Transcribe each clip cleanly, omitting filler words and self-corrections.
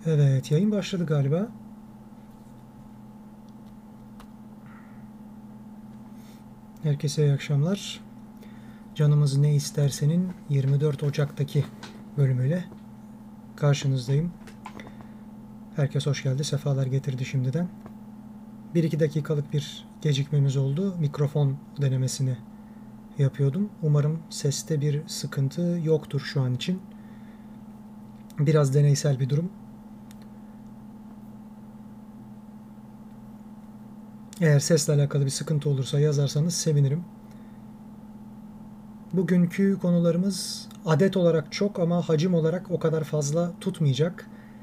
Evet, yayın başladı galiba. Herkese iyi akşamlar. Canımız ne istersenin 24 Ocak'taki bölümüyle karşınızdayım. Herkes hoş geldi, sefalar getirdi şimdiden. 1-2 dakikalık bir gecikmemiz oldu. Mikrofon denemesini yapıyordum. Umarım seste bir sıkıntı yoktur şu an için. Biraz deneysel bir durum. Eğer sesle alakalı bir sıkıntı olursa yazarsanız sevinirim. Bugünkü konularımız adet olarak çok ama hacim olarak o kadar fazla tutmayacak.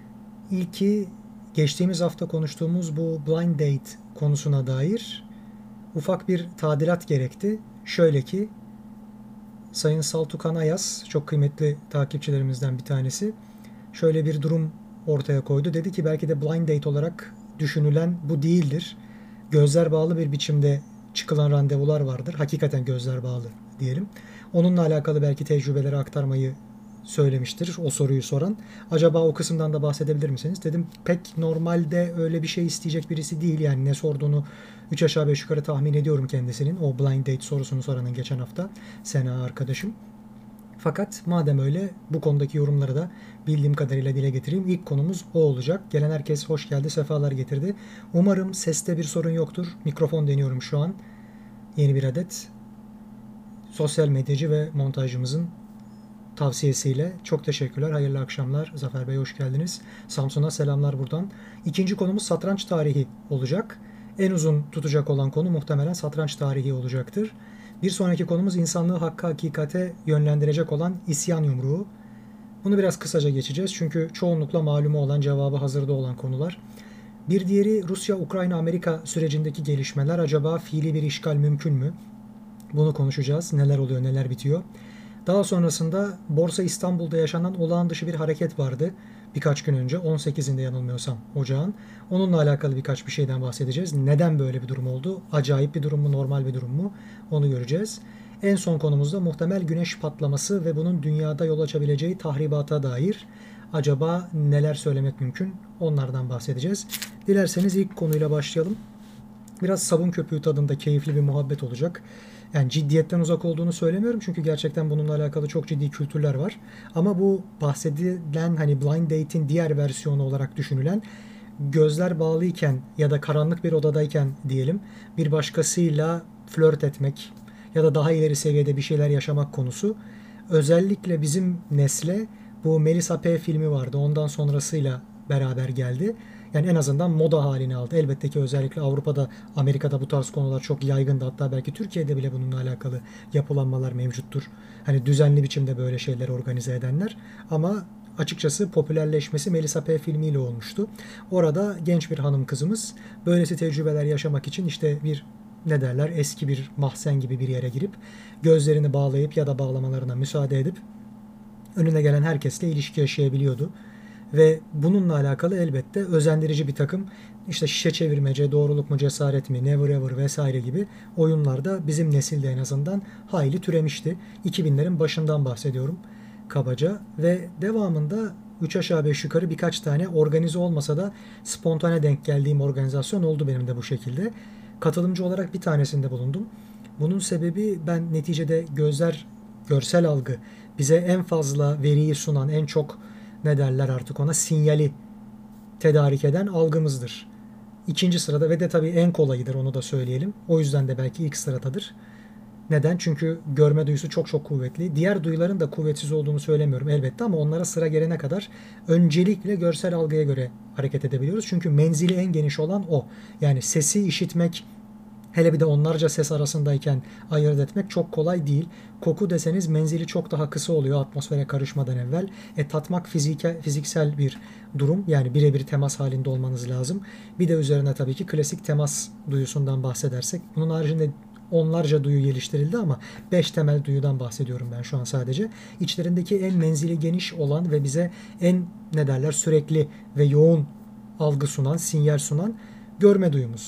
İlki geçtiğimiz hafta konuştuğumuz bu blind date konusuna dair ufak bir tadilat gerekti. Şöyle ki Sayın Saltukan Ayaz, çok kıymetli takipçilerimizden bir tanesi, şöyle bir durum ortaya koydu. Dedi ki belki de blind date olarak düşünülen bu değildir. Gözler bağlı bir biçimde çıkılan randevular vardır. Hakikaten gözler bağlı diyelim. Onunla alakalı belki tecrübeleri aktarmayı söylemiştir o soruyu soran. Acaba o kısımdan da bahsedebilir misiniz? Dedim pek normalde öyle bir şey isteyecek birisi değil. Yani ne sorduğunu 3 aşağı 5 yukarı tahmin ediyorum kendisinin. O blind date sorusunu soranın geçen hafta Sena arkadaşım. Fakat madem öyle bu konudaki yorumları da bildiğim kadarıyla dile getireyim. İlk konumuz o olacak. Gelen herkes hoş geldi, sefalar getirdi. Umarım seste bir sorun yoktur. Mikrofon deniyorum şu an. Yeni bir adet. Sosyal medyacı ve montajcımızın tavsiyesiyle. Çok teşekkürler. Hayırlı akşamlar. Zafer Bey hoş geldiniz. Samsun'a selamlar buradan. İkinci konumuz satranç tarihi olacak. En uzun tutacak olan konu muhtemelen satranç tarihi olacaktır. Bir sonraki konumuz insanlığı hakka hakikate yönlendirecek olan isyan yumruğu. Bunu biraz kısaca geçeceğiz çünkü çoğunlukla malumu olan, cevabı hazırda olan konular. Bir diğeri Rusya-Ukrayna-Amerika sürecindeki gelişmeler. Acaba fiili bir işgal mümkün mü? Bunu konuşacağız. Neler oluyor, neler bitiyor. Daha sonrasında Borsa İstanbul'da yaşanan olağan dışı bir hareket vardı. Birkaç gün önce 18'inde yanılmıyorsam ocağın. Onunla alakalı birkaç bir şeyden bahsedeceğiz. Neden böyle bir durum oldu? Acayip bir durum mu, normal bir durum mu? Onu göreceğiz. En son konumuzda muhtemel güneş patlaması ve bunun dünyada yol açabileceği tahribata dair acaba neler söylemek mümkün? Onlardan bahsedeceğiz. Dilerseniz ilk konuyla başlayalım. Biraz sabun köpüğü tadında keyifli bir muhabbet olacak. Yani ciddiyetten uzak olduğunu söylemiyorum çünkü gerçekten bununla alakalı çok ciddi kültürler var. Ama bu bahsedilen hani blind date'in diğer versiyonu olarak düşünülen gözler bağlıyken ya da karanlık bir odadayken diyelim bir başkasıyla flört etmek ya da daha ileri seviyede bir şeyler yaşamak konusu özellikle bizim nesle bu Melissa P filmi vardı. Ondan sonrasıyla beraber geldi. Yani en azından moda halini aldı. Elbette ki özellikle Avrupa'da, Amerika'da bu tarz konular çok yaygındı. Hatta belki Türkiye'de bile bununla alakalı yapılanmalar mevcuttur. Hani düzenli biçimde böyle şeyler organize edenler. Ama açıkçası popülerleşmesi Melissa P filmiyle olmuştu. Orada genç bir hanım kızımız böylesi tecrübeler yaşamak için işte bir ne derler eski bir mahzen gibi bir yere girip gözlerini bağlayıp ya da bağlamalarına müsaade edip önüne gelen herkesle ilişki yaşayabiliyordu. Ve bununla alakalı elbette özendirici bir takım işte şişe çevirmece, doğruluk mu cesaret mi, never ever vesaire gibi oyunlarda bizim nesilde en azından hayli türemişti. 2000'lerin başından bahsediyorum kabaca ve devamında 3 aşağı 5 yukarı birkaç tane organize olmasa da spontane denk geldiğim organizasyon oldu benim de bu şekilde. Katılımcı olarak bir tanesinde bulundum. Bunun sebebi ben neticede görsel algı bize en fazla veriyi sunan, en çok ne derler artık ona sinyali tedarik eden algımızdır. İkinci sırada ve de tabii en kolayıdır onu da söyleyelim. O yüzden de belki ilk sıradadır. Neden? Çünkü görme duyusu çok çok kuvvetli. Diğer duyuların da kuvvetsiz olduğunu söylemiyorum elbette ama onlara sıra gelene kadar öncelikle görsel algıya göre hareket edebiliyoruz. Çünkü menzili en geniş olan o. Yani sesi işitmek, hele bir de onlarca ses arasındayken ayırt etmek çok kolay değil. Koku deseniz menzili çok daha kısa oluyor atmosfere karışmadan evvel. Tatmak fiziksel bir durum. Yani birebir temas halinde olmanız lazım. Bir de üzerine tabii ki klasik temas duyusundan bahsedersek. Bunun haricinde onlarca duyu geliştirildi ama 5 temel duyudan bahsediyorum ben şu an sadece. İçlerindeki en menzili geniş olan ve bize en ne derler sürekli ve yoğun algı sunan, sinyal sunan görme duyumuz.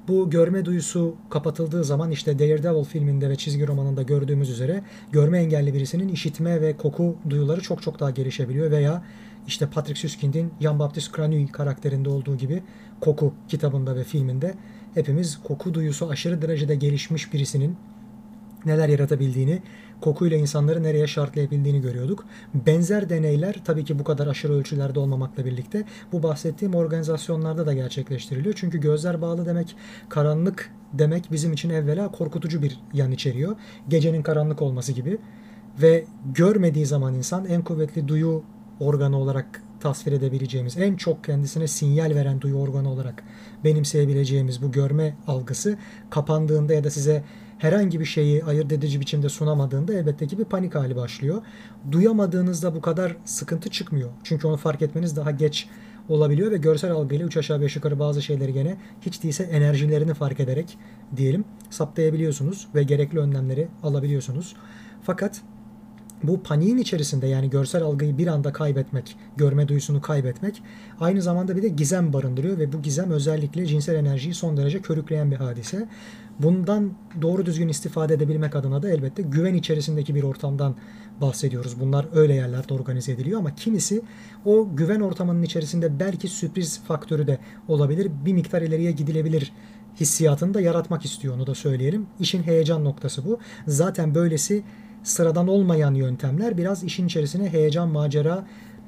Bu görme duyusu kapatıldığı zaman işte Daredevil filminde ve çizgi romanında gördüğümüz üzere görme engelli birisinin işitme ve koku duyuları çok çok daha gelişebiliyor veya işte Patrick Süskind'in Jean-Baptiste Granui karakterinde olduğu gibi Koku kitabında ve filminde hepimiz koku duyusu aşırı derecede gelişmiş birisinin neler yaratabildiğini, kokuyla insanları nereye şartlayabildiğini görüyorduk. Benzer deneyler tabii ki bu kadar aşırı ölçülerde olmamakla birlikte bu bahsettiğim organizasyonlarda da gerçekleştiriliyor. Çünkü gözler bağlı demek, karanlık demek bizim için evvela korkutucu bir yan içeriyor. Gecenin karanlık olması gibi. Ve görmediği zaman insan en kuvvetli duyu organı olarak tasvir edebileceğimiz, en çok kendisine sinyal veren duyu organı olarak benimseyebileceğimiz bu görme algısı kapandığında ya da size herhangi bir şeyi ayırt edici biçimde sunamadığında elbette ki bir panik hali başlıyor. Duyamadığınızda bu kadar sıkıntı çıkmıyor. Çünkü onu fark etmeniz daha geç olabiliyor ve görsel algıyla 3 aşağı 5 yukarı bazı şeyleri gene hiç değilse enerjilerini fark ederek diyelim saptayabiliyorsunuz ve gerekli önlemleri alabiliyorsunuz. Fakat bu paniğin içerisinde yani görsel algıyı bir anda kaybetmek, görme duyusunu kaybetmek aynı zamanda bir de gizem barındırıyor ve bu gizem özellikle cinsel enerjiyi son derece körükleyen bir hadise. Bundan doğru düzgün istifade edebilmek adına da elbette güven içerisindeki bir ortamdan bahsediyoruz. Bunlar öyle yerlerde organize ediliyor ama kimisi o güven ortamının içerisinde belki sürpriz faktörü de olabilir. Bir miktar ileriye gidilebilir hissiyatını da yaratmak istiyor, onu da söyleyelim. İşin heyecan noktası bu. Zaten böylesi sıradan olmayan yöntemler biraz işin içerisine heyecan, macera,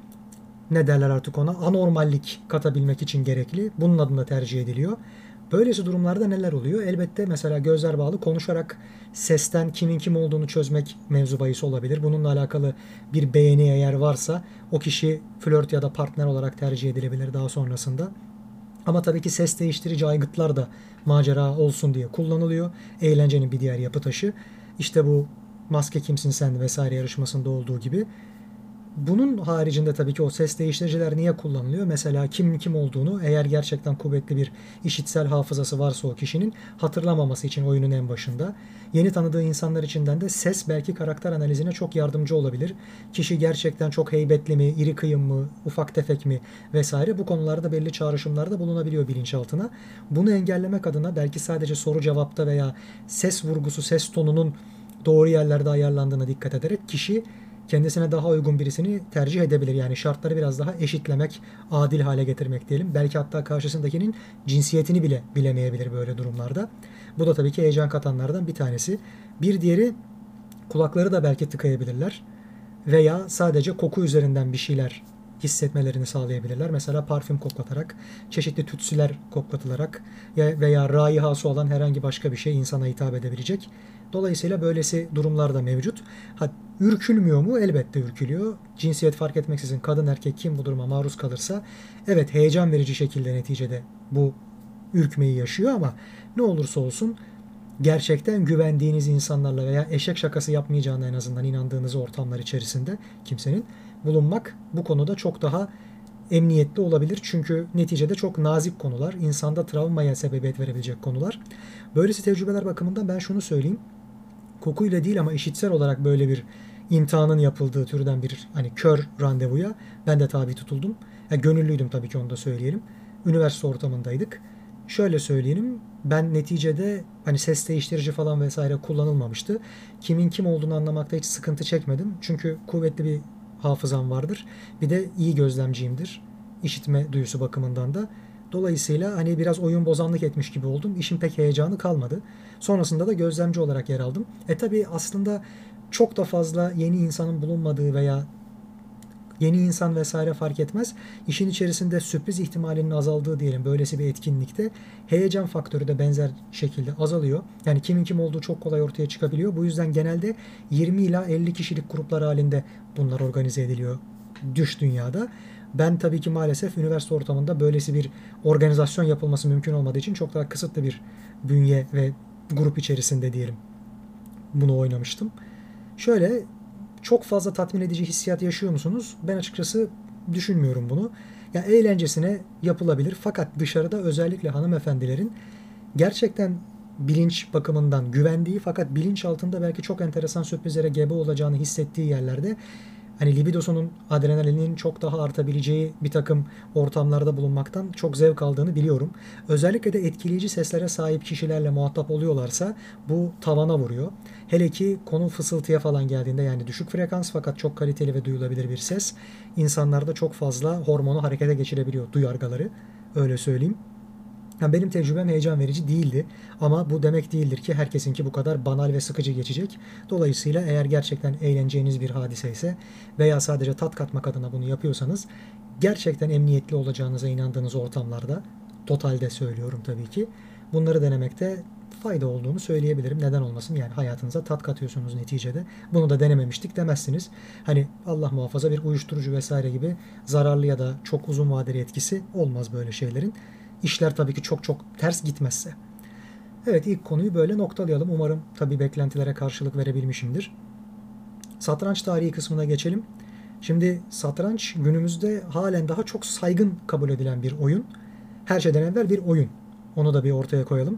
ne derler artık ona, anormallik katabilmek için gerekli. Bunun adına tercih ediliyor. Böylesi durumlarda neler oluyor? Elbette mesela gözler bağlı konuşarak sesten kimin kim olduğunu çözmek mevzu bahis olabilir. Bununla alakalı bir beğeni eğer varsa o kişi flört ya da partner olarak tercih edilebilir daha sonrasında. Ama tabii ki ses değiştirici aygıtlar da macera olsun diye kullanılıyor. Eğlencenin bir diğer yapı taşı. İşte bu Maske Kimsin Sen vesaire yarışmasında olduğu gibi. Bunun haricinde tabii ki o ses değiştiriciler niye kullanılıyor? Mesela kimin kim olduğunu eğer gerçekten kuvvetli bir işitsel hafızası varsa o kişinin hatırlamaması için oyunun en başında. Yeni tanıdığı insanlar içinden de ses belki karakter analizine çok yardımcı olabilir. Kişi gerçekten çok heybetli mi, iri kıyım mı, ufak tefek mi vesaire bu konularda belli çağrışımlarda bulunabiliyor bilinçaltına. Bunu engellemek adına belki sadece soru cevapta veya ses vurgusu, ses tonunun doğru yerlerde ayarlandığına dikkat ederek kişi kendisine daha uygun birisini tercih edebilir. Yani şartları biraz daha eşitlemek, adil hale getirmek diyelim. Belki hatta karşısındakinin cinsiyetini bile bilemeyebilir böyle durumlarda. Bu da tabii ki heyecan katanlardan bir tanesi. Bir diğeri kulakları da belki tıkayabilirler. Veya sadece koku üzerinden bir şeyler hissetmelerini sağlayabilirler. Mesela parfüm koklatarak, çeşitli tütsüler koklatılarak veya raihası olan herhangi başka bir şey insana hitap edebilecek. Dolayısıyla böylesi durumlar da mevcut. Ha, ürkülmüyor mu? Elbette ürkülüyor. Cinsiyet fark etmeksizin kadın erkek kim bu duruma maruz kalırsa evet heyecan verici şekilde neticede bu ürkmeyi yaşıyor ama ne olursa olsun gerçekten güvendiğiniz insanlarla veya eşek şakası yapmayacağına en azından inandığınız ortamlar içerisinde kimsenin bulunmak bu konuda çok daha emniyetli olabilir. Çünkü neticede çok nazik konular, insanda travmaya sebebiyet verebilecek konular. Böylesi tecrübeler bakımından ben şunu söyleyeyim. Kokuyla değil ama işitsel olarak böyle bir imtihanın yapıldığı türden bir hani kör randevuya ben de tabi tutuldum. Gönüllüydüm tabii ki, onu da söyleyelim. Üniversite ortamındaydık. Şöyle söyleyelim, ben neticede hani ses değiştirici falan vesaire kullanılmamıştı. Kimin kim olduğunu anlamakta hiç sıkıntı çekmedim. Çünkü kuvvetli bir hafızam vardır. Bir de iyi gözlemciyimdir. İşitme duyusu bakımından da. Dolayısıyla hani biraz oyun bozanlık etmiş gibi oldum. İşin pek heyecanı kalmadı. Sonrasında da gözlemci olarak yer aldım. Tabi aslında çok da fazla yeni insanın bulunmadığı veya yeni insan vesaire fark etmez. İşin içerisinde sürpriz ihtimalinin azaldığı diyelim böylesi bir etkinlikte heyecan faktörü de benzer şekilde azalıyor. Yani kimin kim olduğu çok kolay ortaya çıkabiliyor. Bu yüzden genelde 20 ila 50 kişilik gruplar halinde bunlar organize ediliyor dış dünyada. Ben tabii ki maalesef üniversite ortamında böylesi bir organizasyon yapılması mümkün olmadığı için çok daha kısıtlı bir bünye ve grup içerisinde diyelim bunu oynamıştım. Şöyle, çok fazla tatmin edici hissiyat yaşıyor musunuz? Ben açıkçası düşünmüyorum bunu. Ya eğlencesine yapılabilir fakat dışarıda özellikle hanımefendilerin gerçekten bilinç bakımından güvendiği fakat bilinç altında belki çok enteresan sürprizlere gebe olacağını hissettiği yerlerde hani libidosunun, adrenalinin çok daha artabileceği bir takım ortamlarda bulunmaktan çok zevk aldığını biliyorum. Özellikle de etkileyici seslere sahip kişilerle muhatap oluyorlarsa bu tavana vuruyor. Hele ki konu fısıltıya falan geldiğinde, yani düşük frekans fakat çok kaliteli ve duyulabilir bir ses insanlarda çok fazla hormonu harekete geçirebiliyor, duyargaları. Öyle söyleyeyim. Yani benim tecrübem heyecan verici değildi. Ama bu demek değildir ki herkesinki bu kadar banal ve sıkıcı geçecek. Dolayısıyla eğer gerçekten eğleneceğiniz bir hadise ise veya sadece tat katmak adına bunu yapıyorsanız, gerçekten emniyetli olacağınıza inandığınız ortamlarda, totalde söylüyorum tabii ki, bunları denemekte fayda olduğunu söyleyebilirim. Neden olmasın? Yani hayatınıza tat katıyorsunuz neticede. Bunu da denememiştik demezsiniz. Hani Allah muhafaza bir uyuşturucu vesaire gibi zararlı ya da çok uzun vadeli etkisi olmaz böyle şeylerin. İşler tabii ki çok çok ters gitmezse. Evet, ilk konuyu böyle noktalayalım. Umarım tabii beklentilere karşılık verebilmişimdir. Satranç tarihi kısmına geçelim. Şimdi satranç günümüzde halen daha çok saygın kabul edilen bir oyun. Her şeyden evvel bir oyun. Onu da bir ortaya koyalım.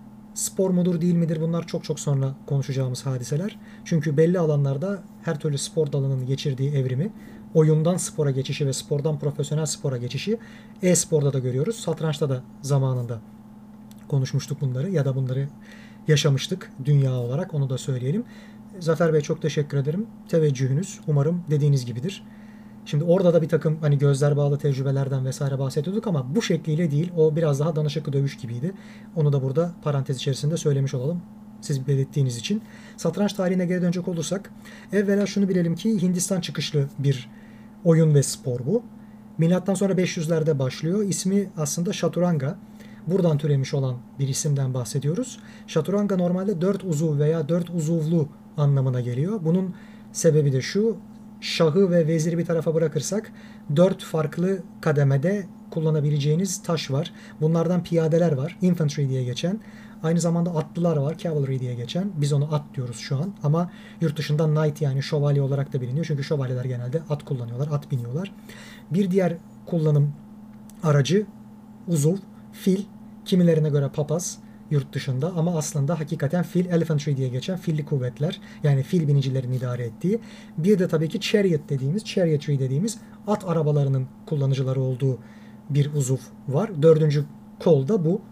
Spor mudur değil midir, bunlar çok çok sonra konuşacağımız hadiseler. Çünkü belli alanlarda her türlü spor dalının geçirdiği evrimi, oyundan spora geçişi ve spordan profesyonel spora geçişi e-sporda da görüyoruz. Satrançta da zamanında konuşmuştuk bunları ya da bunları yaşamıştık dünya olarak, onu da söyleyelim. Zafer Bey, çok teşekkür ederim. Teveccühünüz umarım dediğiniz gibidir. Şimdi orada da bir takım hani gözler bağlı tecrübelerden vesaire bahsediyorduk ama bu şekliyle değil. O biraz daha danışıklı dövüş gibiydi. Onu da burada parantez içerisinde söylemiş olalım, siz belirttiğiniz için. Satranç tarihine geri dönecek olursak, evvela şunu bilelim ki Hindistan çıkışlı bir oyun ve spor bu. Milattan sonra 500'lerde başlıyor. İsmi aslında Şaturanga. Buradan türemiş olan bir isimden bahsediyoruz. Şaturanga normalde 4 uzuv veya 4 uzuvlu anlamına geliyor. Bunun sebebi de şu: şahı ve veziri bir tarafa bırakırsak 4 farklı kademede kullanabileceğiniz taş var. Bunlardan piyadeler var, infantry diye geçen. Aynı zamanda atlılar var, cavalry diye geçen. Biz onu at diyoruz şu an ama yurt dışında knight, yani şövalye olarak da biliniyor. Çünkü şövalyeler genelde at kullanıyorlar, at biniyorlar. Bir diğer kullanım aracı uzuv, fil, kimilerine göre papaz yurt dışında, ama aslında hakikaten fil, elephantry diye geçen filli kuvvetler, yani fil binicilerin idare ettiği. Bir de tabii ki chariot dediğimiz, chariotry dediğimiz at arabalarının kullanıcıları olduğu bir uzuv var. Dördüncü kol da bu.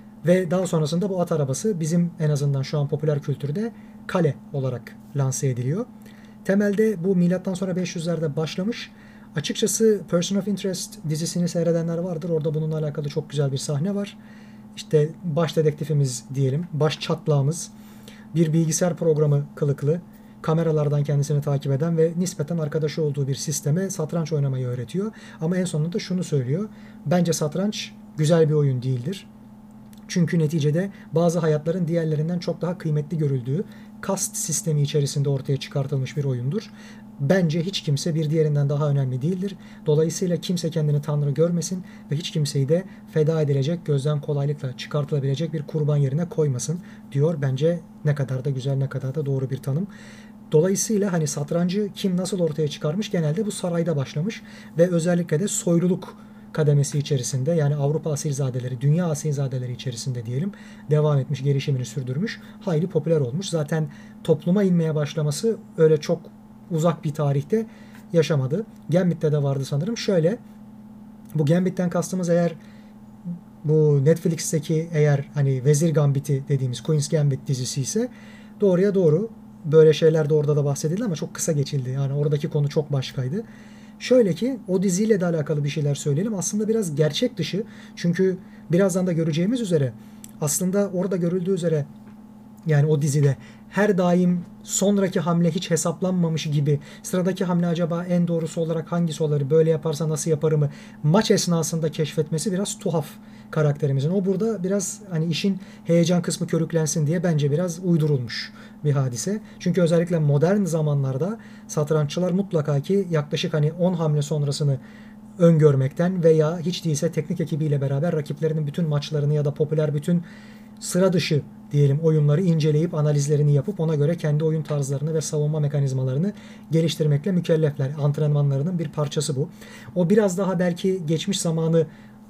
Ve daha sonrasında bu at arabası bizim en azından şu an popüler kültürde kale olarak lanse ediliyor. Temelde bu milattan sonra 500'lerde başlamış. Açıkçası Person of Interest dizisini seyredenler vardır. Orada bununla alakalı çok güzel bir sahne var. İşte baş dedektifimiz diyelim, baş çatlağımız bir bilgisayar programı kılıklı, kameralardan kendisini takip eden ve nispeten arkadaşı olduğu bir sisteme satranç oynamayı öğretiyor. Ama en sonunda şunu söylüyor: bence satranç güzel bir oyun değildir. Çünkü neticede bazı hayatların diğerlerinden çok daha kıymetli görüldüğü kast sistemi içerisinde ortaya çıkartılmış bir oyundur. Bence hiç kimse bir diğerinden daha önemli değildir. Dolayısıyla kimse kendini tanrı görmesin ve hiç kimseyi de feda edilecek, gözden kolaylıkla çıkartılabilecek bir kurban yerine koymasın diyor. Bence ne kadar da güzel, ne kadar da doğru bir tanım. Dolayısıyla hani satrancı kim nasıl ortaya çıkarmış? Genelde bu sarayda başlamış ve özellikle de soyluluk kademesi içerisinde, yani Avrupa asilzadeleri, dünya asilzadeleri içerisinde diyelim, devam etmiş, gelişimini sürdürmüş, hayli popüler olmuş. Zaten topluma inmeye başlaması öyle çok uzak bir tarihte yaşamadı. Gambit'te de vardı sanırım. Şöyle, bu Gambit'ten kastımız eğer bu Netflix'teki, eğer hani Vezir Gambit'i dediğimiz Queen's Gambit dizisi ise doğruya doğru böyle şeyler de orada da bahsedildi ama çok kısa geçildi. Yani oradaki konu çok başkaydı. Şöyle ki, o diziyle de alakalı bir şeyler söyleyelim. Aslında biraz gerçek dışı. Çünkü birazdan da göreceğimiz üzere, aslında orada görüldüğü üzere, yani o dizide her daim sonraki hamle hiç hesaplanmamış gibi, sıradaki hamle acaba en doğrusu olarak hangisi olur, böyle yaparsa nasıl yaparımı maç esnasında keşfetmesi biraz tuhaf karakterimizin. O burada biraz hani işin heyecan kısmı körüklensin diye bence biraz uydurulmuş bir hadise. Çünkü özellikle modern zamanlarda satranççılar mutlaka ki yaklaşık hani 10 hamle sonrasını öngörmekten veya hiç değilse teknik ekibiyle beraber rakiplerinin bütün maçlarını ya da popüler bütün sıra dışı diyelim oyunları inceleyip analizlerini yapıp ona göre kendi oyun tarzlarını ve savunma mekanizmalarını geliştirmekle mükellefler. Antrenmanlarının bir parçası bu. O biraz daha belki geçmiş zamanı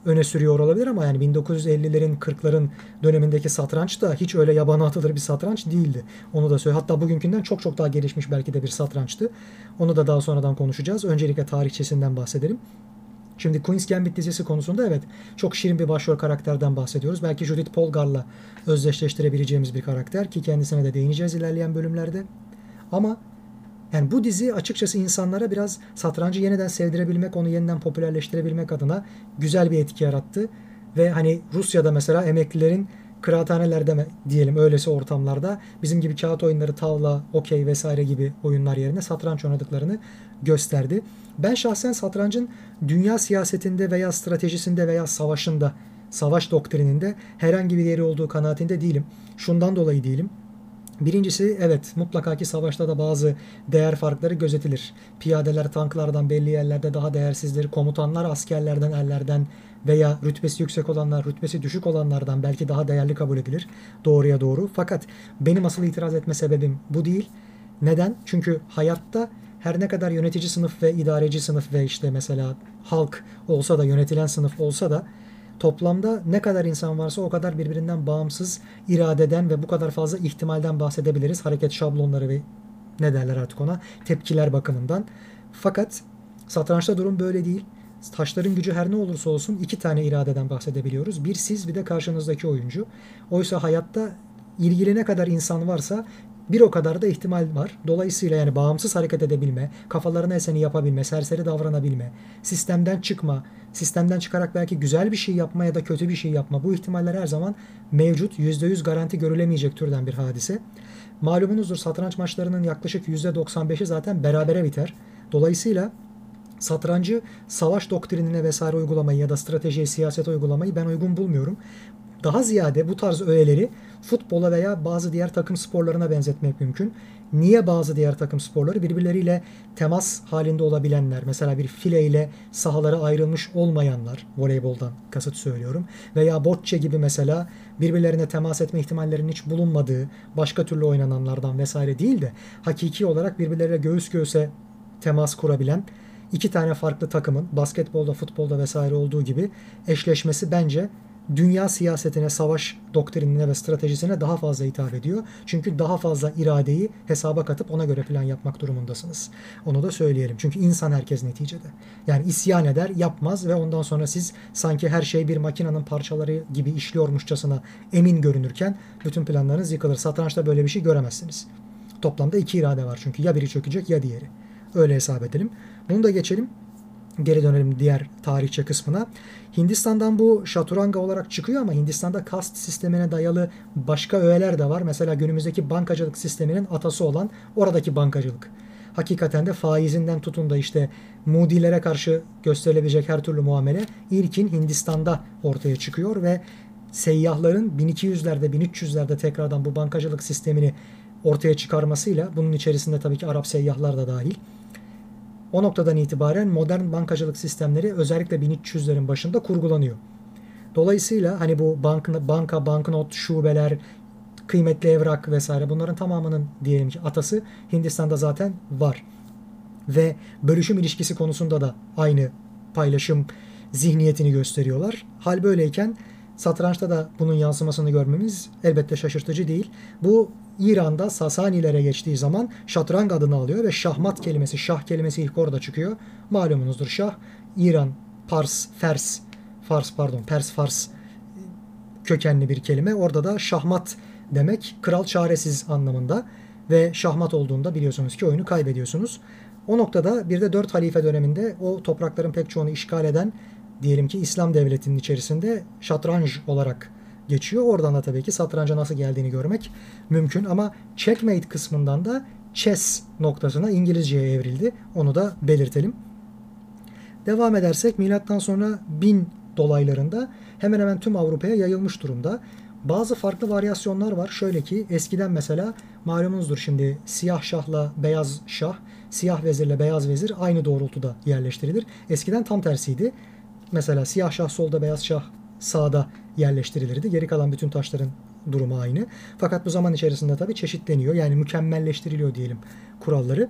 öne sürüyor olabilir ama yani 1950'lerin 40'ların dönemindeki satranç da hiç öyle yabana atılır bir satranç değildi. Onu da söyle. Hatta bugünkünden çok çok daha gelişmiş belki de bir satrançtı. Onu da daha sonradan konuşacağız. Öncelikle tarihçesinden bahsedelim. Şimdi Queen's Gambit dizisi konusunda evet çok şirin bir başrol karakterden bahsediyoruz. Belki Judith Polgar'la özdeşleştirebileceğimiz bir karakter ki kendisine de değineceğiz ilerleyen bölümlerde. Ama yani bu dizi açıkçası insanlara biraz satrancı yeniden sevdirebilmek, onu yeniden popülerleştirebilmek adına güzel bir etki yarattı. Ve hani Rusya'da mesela emeklilerin kıraathanelerde diyelim öylesi ortamlarda bizim gibi kağıt oyunları, tavla, okey vesaire gibi oyunlar yerine satranç oynadıklarını gösterdi. Ben şahsen satrancın dünya siyasetinde veya stratejisinde veya savaşında, savaş doktrininde herhangi bir yeri olduğu kanaatinde değilim. Şundan dolayı değilim. Birincisi evet mutlaka ki savaşta da bazı değer farkları gözetilir. Piyadeler tanklardan belli yerlerde daha değersizdir. Komutanlar askerlerden, erlerden veya rütbesi yüksek olanlar, rütbesi düşük olanlardan belki daha değerli kabul edilir. Doğruya doğru. Fakat benim asıl itiraz etme sebebim bu değil. Neden? Çünkü hayatta her ne kadar yönetici sınıf ve idareci sınıf ve işte mesela halk olsa da yönetilen sınıf olsa da toplamda ne kadar insan varsa o kadar birbirinden bağımsız iradeden ve bu kadar fazla ihtimalden bahsedebiliriz. Hareket şablonları ve ne derler artık ona tepkiler bakımından. Fakat satrançta durum böyle değil. Taşların gücü her ne olursa olsun iki tane iradeden bahsedebiliyoruz. Bir siz bir de karşınızdaki oyuncu. Oysa hayatta ilgili ne kadar insan varsa bir o kadar da ihtimal var. Dolayısıyla yani bağımsız hareket edebilme, kafalarına eseni yapabilme, serseri davranabilme, sistemden çıkma, sistemden çıkarak belki güzel bir şey yapma ya da kötü bir şey yapma. Bu ihtimaller her zaman mevcut. %100 garanti görülemeyecek türden bir hadise. Malumunuzdur satranç maçlarının yaklaşık %95'i zaten berabere biter. Dolayısıyla satrancı savaş doktrinine vesaire uygulamayı ya da stratejiye, siyasete uygulamayı ben uygun bulmuyorum. Daha ziyade bu tarz öğeleri futbola veya bazı diğer takım sporlarına benzetmek mümkün. Niye bazı diğer takım sporları birbirleriyle temas halinde olabilenler, mesela bir file ile sahalara ayrılmış olmayanlar, voleyboldan kasıt söylüyorum, veya bocce gibi mesela birbirlerine temas etme ihtimallerinin hiç bulunmadığı başka türlü oynananlardan vesaire değil de hakiki olarak birbirleriyle göğüs göğüse temas kurabilen iki tane farklı takımın basketbolda, futbolda vesaire olduğu gibi eşleşmesi bence dünya siyasetine, savaş doktrinine ve stratejisine daha fazla hitap ediyor. Çünkü daha fazla iradeyi hesaba katıp ona göre plan yapmak durumundasınız. Onu da söyleyelim. Çünkü insan herkes neticede. Yani isyan eder, yapmaz ve ondan sonra siz sanki her şey bir makinenin parçaları gibi işliyormuşçasına emin görünürken bütün planlarınız yıkılır. Satrançta böyle bir şey göremezsiniz. Toplamda iki irade var çünkü ya biri çökecek ya diğeri. Öyle hesap edelim. Bunu da geçelim. Geri dönelim diğer tarihçe kısmına. Hindistan'dan bu şaturanga olarak çıkıyor ama Hindistan'da kast sistemine dayalı başka öğeler de var. Mesela günümüzdeki bankacılık sisteminin atası olan oradaki bankacılık. Hakikaten de faizinden tutun da işte Moody'lere karşı gösterilebilecek her türlü muamele ilkin Hindistan'da ortaya çıkıyor ve seyyahların 1200'lerde 1300'lerde tekrardan bu bankacılık sistemini ortaya çıkarmasıyla bunun içerisinde tabii ki Arap seyyahlar da dahil. O noktadan itibaren modern bankacılık sistemleri özellikle 1300'lerin başında kurgulanıyor. Dolayısıyla hani bu banka, banknot, şubeler, kıymetli evrak vesaire bunların tamamının diyelim ki atası Hindistan'da zaten var. Ve bölüşüm ilişkisi konusunda da aynı paylaşım zihniyetini gösteriyorlar. Hal böyleyken satrançta da bunun yansımasını görmemiz elbette şaşırtıcı değil. Bu İran'da Sasanilere geçtiği zaman şatrang adını alıyor ve şahmat kelimesi, şah kelimesi ilk orada çıkıyor. Malumunuzdur şah, İran, Pers-Fars kökenli bir kelime. Orada da şahmat demek kral çaresiz anlamında ve şahmat olduğunda biliyorsunuz ki oyunu kaybediyorsunuz. O noktada bir de 4 halife döneminde o toprakların pek çoğunu işgal eden diyelim ki İslam devletinin içerisinde şatranj olarak geçiyor. Oradan da tabii ki satranca nasıl geldiğini görmek mümkün ama checkmate kısmından da chess noktasına İngilizceye evrildi. Onu da belirtelim. Devam edersek milattan sonra 1000 dolaylarında hemen hemen tüm Avrupa'ya yayılmış durumda. Bazı farklı varyasyonlar var. Şöyle ki eskiden mesela malumunuzdur şimdi siyah şahla beyaz şah, siyah vezirle beyaz vezir aynı doğrultuda yerleştirilir. Eskiden tam tersiydi. Mesela siyah şah solda, beyaz şah sağda yerleştirilirdi. Geri kalan bütün taşların durumu aynı. Fakat bu zaman içerisinde tabii çeşitleniyor. Yani mükemmelleştiriliyor diyelim kuralları.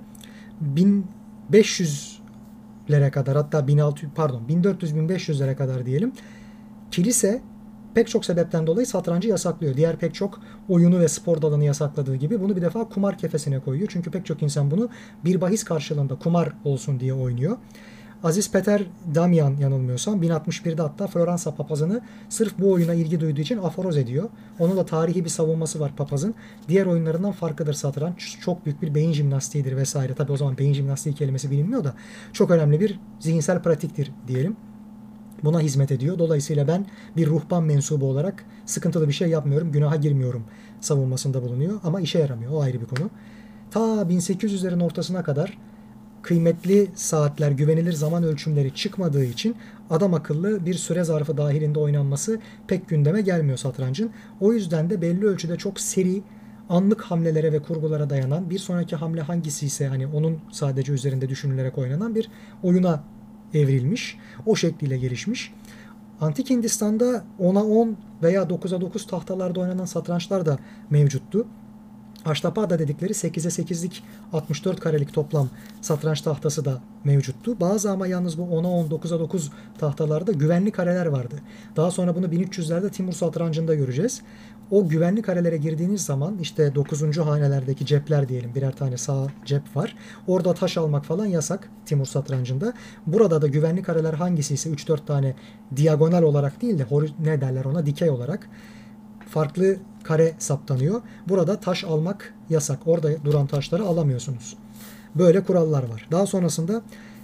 1500'lere kadar hatta 1400-1500'lere kadar diyelim. kilise pek çok sebepten dolayı satrancı yasaklıyor. Diğer pek çok oyunu ve spor dalını yasakladığı gibi bunu bir defa kumar kefesine koyuyor. Çünkü pek çok insan bunu bir bahis karşılığında kumar olsun diye oynuyor. Aziz Peter Damian yanılmıyorsam 1061'de hatta Floransa papazını sırf bu oyuna ilgi duyduğu için aforoz ediyor. Onun da tarihi bir savunması var papazın. Diğer oyunlarından farkıdır satranç. Çok büyük bir beyin jimnastiğidir vesaire. Tabi o zaman beyin jimnastiği kelimesi bilinmiyor da çok önemli bir zihinsel pratiktir diyelim. Buna hizmet ediyor. Dolayısıyla ben bir ruhban mensubu olarak sıkıntılı bir şey yapmıyorum, günaha girmiyorum savunmasında bulunuyor. Ama işe yaramıyor. O ayrı bir konu. Ta 1800'lerin ortasına kadar kıymetli saatler, güvenilir zaman ölçümleri çıkmadığı için adam akıllı bir süre zarfı dahilinde oynanması pek gündeme gelmiyor satrancın. O yüzden de belli ölçüde çok seri, anlık hamlelere ve kurgulara dayanan, bir sonraki hamle hangisi ise hani onun sadece üzerinde düşünülerek oynanan bir oyuna evrilmiş. O şekliyle gelişmiş. Antik Hindistan'da 10'a 10 veya 9'a 9 tahtalarda oynanan satrançlar da mevcuttu. Aştapada dedikleri 8'e 8'lik 64 karelik toplam satranç tahtası da mevcuttu. Bazı ama yalnız bu 10'a 10, 9'a 9 tahtalarda güvenli kareler vardı. Daha sonra bunu 1300'lerde Timur satrancında göreceğiz. O güvenli karelere girdiğiniz zaman işte 9. hanelerdeki cepler diyelim, birer tane sağ cep var. Orada taş almak falan yasak Timur satrancında. Burada da güvenli kareler hangisi ise 3-4 tane diagonal olarak değil de ne derler ona, dikey olarak farklı kare saptanıyor. Burada taş almak yasak. Orada duran taşları alamıyorsunuz. Böyle kurallar var. Daha sonrasında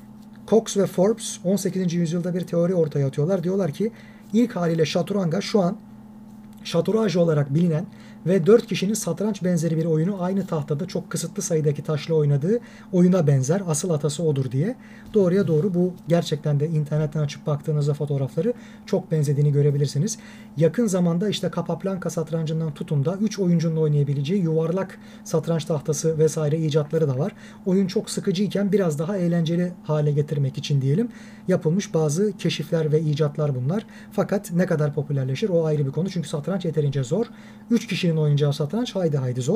Cox ve Forbes 18. yüzyılda bir teori ortaya atıyorlar. Diyorlar ki ilk haliyle şaturanga şu an şaturaj olarak bilinen ve 4 kişinin satranç benzeri bir oyunu aynı tahtada çok kısıtlı sayıdaki taşla oynadığı oyuna benzer. Asıl atası odur diye. Doğruya doğru bu gerçekten de internetten açıp baktığınızda fotoğrafları çok benzediğini görebilirsiniz. Yakın zamanda işte Capablanca satrancından tutun da 3 oyuncunun oynayabileceği yuvarlak satranç tahtası vesaire icatları da var. Oyun çok sıkıcıyken biraz daha eğlenceli hale getirmek için diyelim yapılmış bazı keşifler ve icatlar bunlar. Fakat ne kadar popülerleşir o ayrı bir konu. Çünkü satranç yeterince zor. 3 kişinin oynayacağı satranç haydi zor.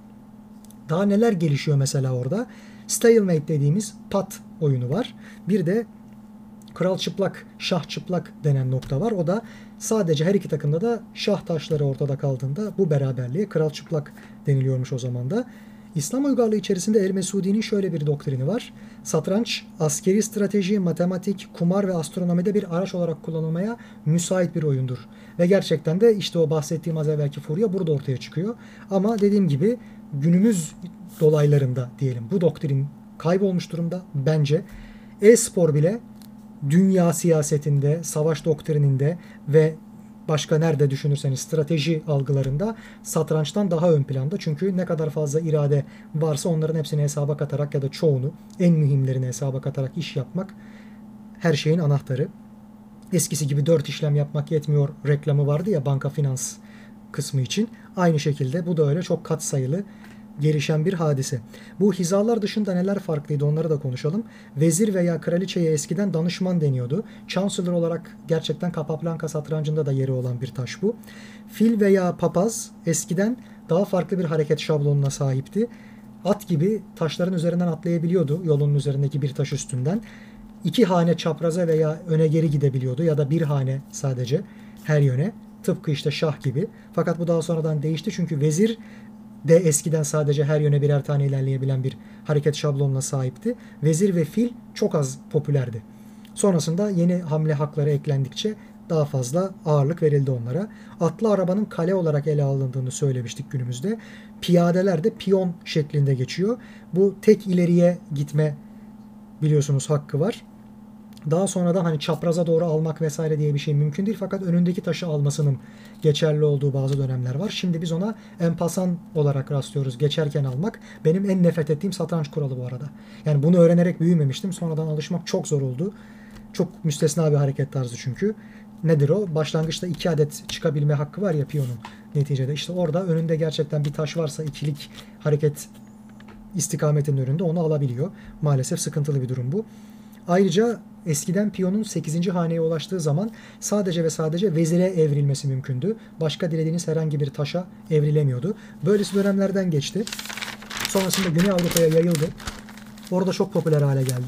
Daha neler gelişiyor mesela orada? Stalemate dediğimiz pat oyunu var. Bir de kral çıplak, şah çıplak denen nokta var. O da sadece her iki takımda da şah taşları ortada kaldığında bu beraberliğe kral çıplak deniliyormuş o zaman da. İslam uygarlığı içerisinde El-Mesudi'nin şöyle bir doktrini var. Satranç, askeri strateji, matematik, kumar ve astronomide bir araç olarak kullanılmaya müsait bir oyundur. Ve gerçekten de işte o bahsettiğim az evvelki furya burada ortaya çıkıyor. Ama dediğim gibi günümüz dolaylarında diyelim bu doktrin kaybolmuş durumda bence. E-spor bile dünya siyasetinde, savaş doktrininde ve başka nerede düşünürseniz strateji algılarında satrançtan daha ön planda. Çünkü ne kadar fazla irade varsa onların hepsini hesaba katarak ya da çoğunu, en mühimlerini hesaba katarak iş yapmak her şeyin anahtarı. Eskisi gibi 4 işlem yapmak yetmiyor reklamı vardı ya banka finans kısmı için. Aynı şekilde bu da öyle çok katsayılı gelişen bir hadise. Bu hizalar dışında neler farklıydı onları da konuşalım. Vezir veya kraliçeye eskiden danışman deniyordu. Chancellor olarak gerçekten Capablanca satrancında da yeri olan bir taş bu. Fil veya papaz eskiden daha farklı bir hareket şablonuna sahipti. At gibi taşların üzerinden atlayabiliyordu yolun üzerindeki bir taş üstünden. 2 hane çapraza veya öne geri gidebiliyordu ya da bir hane sadece her yöne. Tıpkı işte şah gibi. Fakat bu daha sonradan değişti çünkü vezir de eskiden sadece her yöne birer tane ilerleyebilen bir hareket şablonuna sahipti. Vezir ve fil çok az popülerdi. Sonrasında yeni hamle hakları eklendikçe daha fazla ağırlık verildi onlara. Atlı arabanın kale olarak ele alındığını söylemiştik günümüzde. Piyadeler de piyon şeklinde geçiyor. Bu tek ileriye gitme biliyorsunuz hakkı var. Daha sonradan hani çapraza doğru almak vesaire diye bir şey mümkün değil. Fakat önündeki taşı almasının geçerli olduğu bazı dönemler var. Şimdi biz ona en passant olarak rastlıyoruz. Geçerken almak. Benim en nefret ettiğim satranç kuralı bu arada. Yani bunu öğrenerek büyümemiştim. Sonradan alışmak çok zor oldu. Çok müstesna bir hareket tarzı çünkü. Nedir o? Başlangıçta 2 adet çıkabilme hakkı var ya piyonun neticede. İşte orada önünde gerçekten bir taş varsa ikilik hareket istikametinin önünde onu alabiliyor. Maalesef sıkıntılı bir durum bu. Ayrıca eskiden piyonun 8. haneye ulaştığı zaman sadece ve sadece vezire evrilmesi mümkündü. Başka dilediğiniz herhangi bir taşa evrilemiyordu. Böylesi dönemlerden geçti. Sonrasında Güney Avrupa'ya yayıldı. Orada çok popüler hale geldi.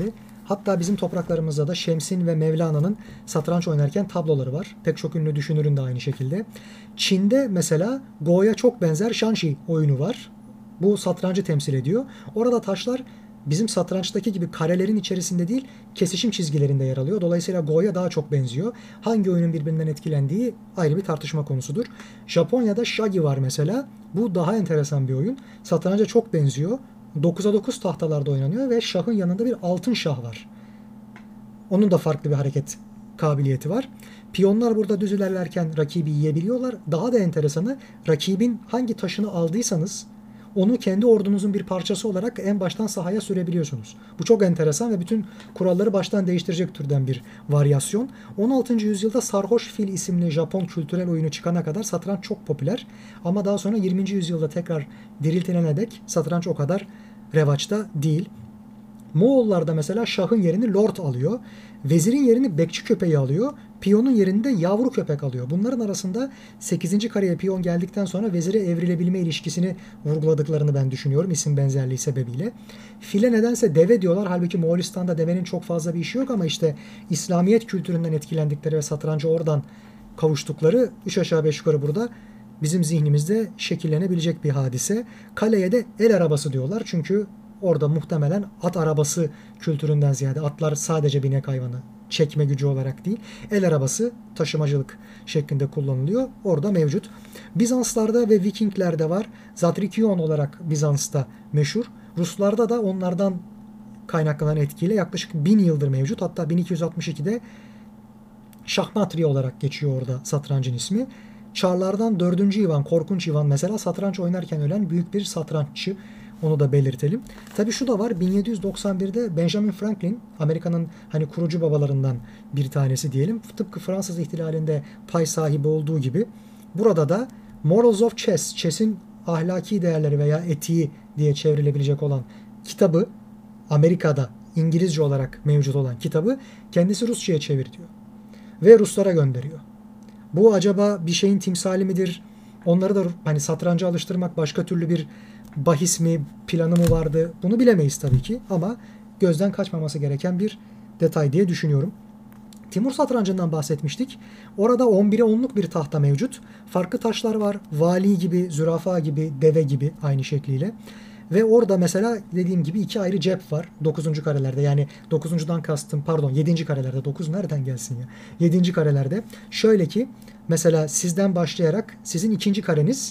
Hatta bizim topraklarımızda da Şems'in ve Mevlana'nın satranç oynarken tabloları var. Pek çok ünlü düşünürün de aynı şekilde. Çin'de mesela Go'ya çok benzer Shanxi oyunu var. Bu satrancı temsil ediyor. Orada taşlar bizim satrançtaki gibi karelerin içerisinde değil, kesişim çizgilerinde yer alıyor. Dolayısıyla Go'ya daha çok benziyor. Hangi oyunun birbirinden etkilendiği ayrı bir tartışma konusudur. Japonya'da Shagi var mesela. Bu daha enteresan bir oyun. Satranca çok benziyor. 9'a 9 tahtalarda oynanıyor ve şahın yanında bir altın şah var. Onun da farklı bir hareket kabiliyeti var. Piyonlar burada düz ilerlerken rakibi yiyebiliyorlar. Daha da enteresanı, rakibin hangi taşını aldıysanız onu kendi ordunuzun bir parçası olarak en baştan sahaya sürebiliyorsunuz. Bu çok enteresan ve bütün kuralları baştan değiştirecek türden bir varyasyon. 16. yüzyılda Sarhoş Fil isimli Japon kültürel oyunu çıkana kadar satranç çok popüler. Ama daha sonra 20. yüzyılda tekrar diriltilene dek satranç o kadar revaçta değil. Moğollarda mesela şahın yerini lord alıyor. Vezirin yerini bekçi köpeği alıyor. Piyonun yerinde yavru köpek alıyor. Bunların arasında 8. kareye piyon geldikten sonra vezire evrilebilme ilişkisini vurguladıklarını ben düşünüyorum isim benzerliği sebebiyle. File nedense deve diyorlar. Halbuki Moğolistan'da devenin çok fazla bir işi yok ama işte İslamiyet kültüründen etkilendikleri ve satranca oradan kavuştukları 3 aşağı 5 yukarı burada bizim zihnimizde şekillenebilecek bir hadise. Kaleye de el arabası diyorlar. Çünkü orada muhtemelen at arabası kültüründen ziyade atlar sadece binek hayvanı çekme gücü olarak değil, el arabası taşımacılık şeklinde kullanılıyor. Orada mevcut. Bizanslarda ve Vikinglerde var. Zatrikyon olarak Bizans'ta meşhur. Ruslarda da onlardan kaynaklanan etkiyle yaklaşık 1000 yıldır mevcut. Hatta 1262'de Şahmatri olarak geçiyor orada satrancın ismi. Çarlardan 4. Ivan, Korkunç Ivan mesela satranç oynarken ölen büyük bir satranççı. Onu da belirtelim. Tabii şu da var. 1791'de Benjamin Franklin, Amerika'nın hani kurucu babalarından bir tanesi diyelim. Tıpkı Fransız ihtilalinde pay sahibi olduğu gibi burada da Morals of Chess, Chess'in ahlaki değerleri veya etiği diye çevrilebilecek olan kitabı, Amerika'da İngilizce olarak mevcut olan kitabı kendisi Rusça'ya çeviriyor ve Ruslara gönderiyor. Bu acaba bir şeyin timsali midir? Onları da hani satranca alıştırmak başka türlü bir bahis mi, planı mı vardı? Bunu bilemeyiz tabii ki ama gözden kaçmaması gereken bir detay diye düşünüyorum. Timur satrancından bahsetmiştik. Orada 11'e 10'luk bir tahta mevcut. Farklı taşlar var. Vali gibi, zürafa gibi, deve gibi aynı şekliyle. Ve orada mesela dediğim gibi iki ayrı cep var 9. karelerde. Yani 9'uncudan kastım pardon 7. karelerde. 9 nereden gelsin ya? 7. karelerde. Şöyle ki mesela sizden başlayarak sizin ikinci kareniz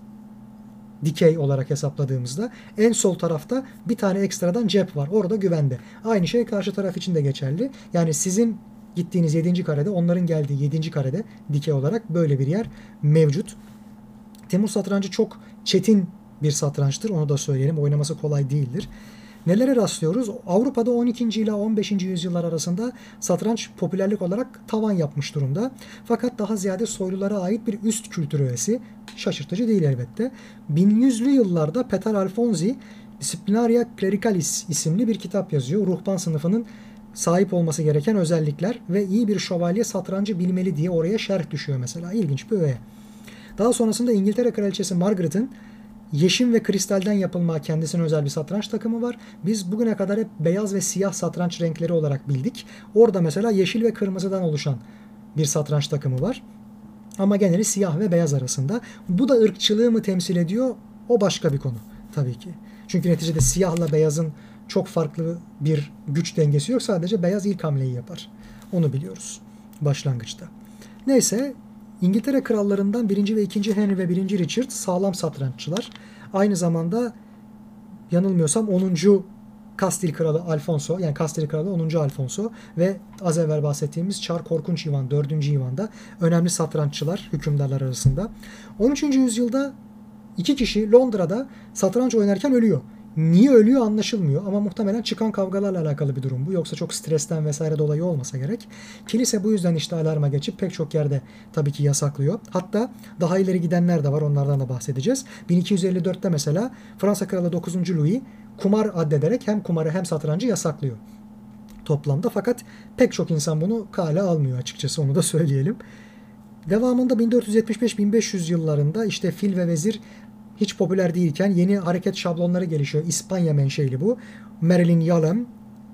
dikey olarak hesapladığımızda en sol tarafta bir tane ekstradan cep var. Orada güvende. Aynı şey karşı taraf için de geçerli. Yani sizin gittiğiniz 7. karede onların geldiği 7. karede dikey olarak böyle bir yer mevcut. Timur satrancı çok çetin bir satrançtır. Onu da söyleyelim. Oynaması kolay değildir. Nelere rastlıyoruz? Avrupa'da 12. ile 15. yüzyıllar arasında satranç popülerlik olarak tavan yapmış durumda. Fakat daha ziyade soylulara ait bir üst kültür öğesi. Şaşırtıcı değil elbette. 1100'lü yıllarda Petar Alfonsi Disciplinaria Clericalis isimli bir kitap yazıyor. Ruhban sınıfının sahip olması gereken özellikler ve iyi bir şövalye satrancı bilmeli diye oraya şerh düşüyor mesela. İlginç bir öğe. Daha sonrasında İngiltere Kraliçesi Margaret'ın yeşim ve kristalden yapılma kendisine özel bir satranç takımı var. Biz bugüne kadar hep beyaz ve siyah satranç renkleri olarak bildik. Orada mesela yeşil ve kırmızıdan oluşan bir satranç takımı var. Ama geneli siyah ve beyaz arasında. Bu da ırkçılığı mı temsil ediyor? O başka bir konu tabii ki. Çünkü neticede siyahla beyazın çok farklı bir güç dengesi yok. Sadece beyaz ilk hamleyi yapar. Onu biliyoruz başlangıçta. Neyse İngiltere krallarından 1. ve 2. Henry ve 1. Richard sağlam satranççılar. Aynı zamanda yanılmıyorsam 10. Kastil Kralı Alfonso yani Kastil Kralı 10. Alfonso ve az evvel bahsettiğimiz Çar Korkunç Ivan 4. Ivan'da önemli satranççılar hükümdarlar arasında. 13. yüzyılda iki kişi Londra'da satranç oynarken ölüyor. Niye ölüyor anlaşılmıyor ama muhtemelen çıkan kavgalarla alakalı bir durum bu. Yoksa çok stresten vesaire dolayı olmasa gerek. Kilise bu yüzden işte alarma geçip pek çok yerde tabii ki yasaklıyor. Hatta daha ileri gidenler de var onlardan da bahsedeceğiz. 1254'te mesela Fransa Kralı 9. Louis kumar addederek hem kumarı hem satrancı yasaklıyor toplamda. Fakat pek çok insan bunu kale almıyor açıkçası onu da söyleyelim. Devamında 1475-1500 yıllarında işte fil ve vezir hiç popüler değilken yeni hareket şablonları gelişiyor. İspanya menşeli bu. Marilyn Yalem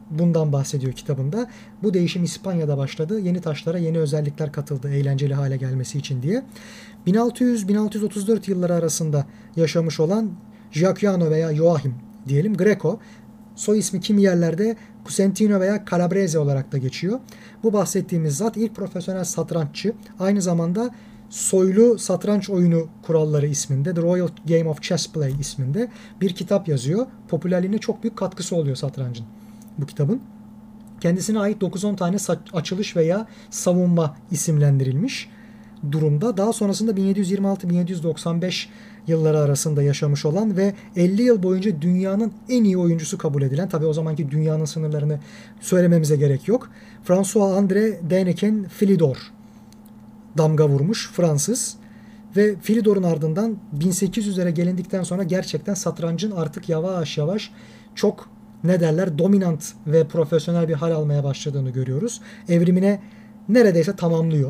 bundan bahsediyor kitabında. Bu değişim İspanya'da başladı. Yeni taşlara yeni özellikler katıldı eğlenceli hale gelmesi için diye. 1600-1634 yılları arasında yaşamış olan Giacomo veya Joachim diyelim Greco, soy ismi kimi yerlerde Cusentino veya Calabrese olarak da geçiyor. Bu bahsettiğimiz zat ilk profesyonel satranççı. Aynı zamanda Soylu Satranç Oyunu Kuralları isminde, The Royal Game of Chess Play isminde bir kitap yazıyor. Popülerliğine çok büyük katkısı oluyor satrancın bu kitabın. Kendisine ait 9-10 tane açılış veya savunma isimlendirilmiş durumda. Daha sonrasında 1726-1795 yılları arasında yaşamış olan ve 50 yıl boyunca dünyanın en iyi oyuncusu kabul edilen, tabii o zamanki dünyanın sınırlarını söylememize gerek yok, François-André Deineken Philidor damga vurmuş Fransız ve Philidor'un ardından 1800'lere gelindikten sonra gerçekten satrancın artık yavaş yavaş çok dominant ve profesyonel bir hal almaya başladığını görüyoruz. Evrimine neredeyse tamamlıyor.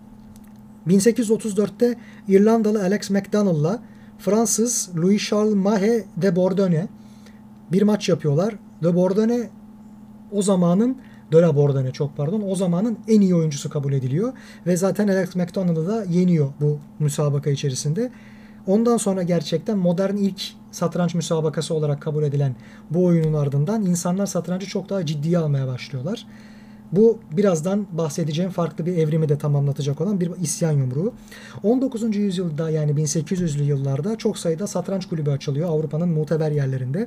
1834'te İrlandalı Alex McDonald'la Fransız Louis-Charles Mahe de Bourdonnais bir maç yapıyorlar. De Bourdonnais o zamanın o zamanın en iyi oyuncusu kabul ediliyor ve zaten Alex McDonald'ı da yeniyor bu müsabaka içerisinde. Ondan sonra gerçekten modern ilk satranç müsabakası olarak kabul edilen bu oyunun ardından insanlar satrancı çok daha ciddiye almaya başlıyorlar. Bu birazdan bahsedeceğim farklı bir evrimi de tamamlatacak olan bir isyan yumruğu. 19. yüzyılda yani 1800'lü yıllarda çok sayıda satranç kulübü açılıyor Avrupa'nın muteber yerlerinde.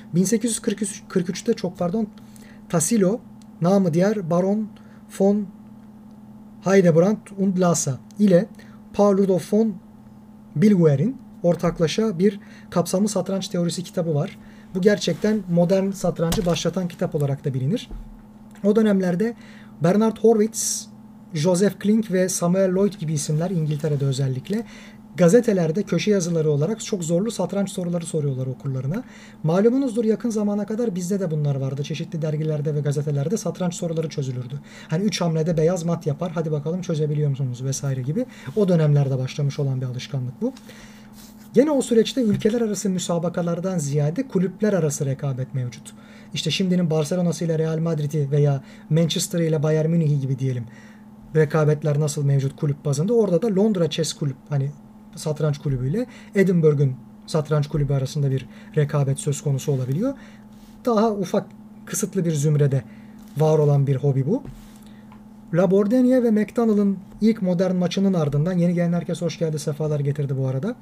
1843'te Tassilo, namı diğer Baron von Heidebrand und Lassa ile Paul Rudolf von Bilguer'in ortaklaşa bir kapsamlı satranç teorisi kitabı var. Bu gerçekten modern satrancı başlatan kitap olarak da bilinir. O dönemlerde Bernard Horwitz, Joseph Klink ve Samuel Lloyd gibi isimler İngiltere'de özellikle gazetelerde köşe yazıları olarak çok zorlu satranç soruları soruyorlar okurlarına. Malumunuzdur yakın zamana kadar bizde de bunlar vardı. Çeşitli dergilerde ve gazetelerde satranç soruları çözülürdü. Hani 3 hamlede beyaz mat yapar. Hadi bakalım çözebiliyor musunuz vesaire gibi. O dönemlerde başlamış olan bir alışkanlık bu. Gene o süreçte ülkeler arası müsabakalardan ziyade kulüpler arası rekabet mevcut. İşte şimdinin Barcelona'sı ile Real Madrid'i veya Manchester ile Bayern Münih'i gibi diyelim. Rekabetler nasıl mevcut kulüp bazında. Orada da Londra Chess Kulüp, hani satranç kulübüyle Edinburgh'un satranç kulübü arasında bir rekabet söz konusu olabiliyor. Daha ufak, kısıtlı bir zümrede var olan bir hobi bu. La Bourdonnais ve McDonald'ın ilk modern maçının ardından, yeni gelen herkes hoş geldi, sefalar getirdi bu arada,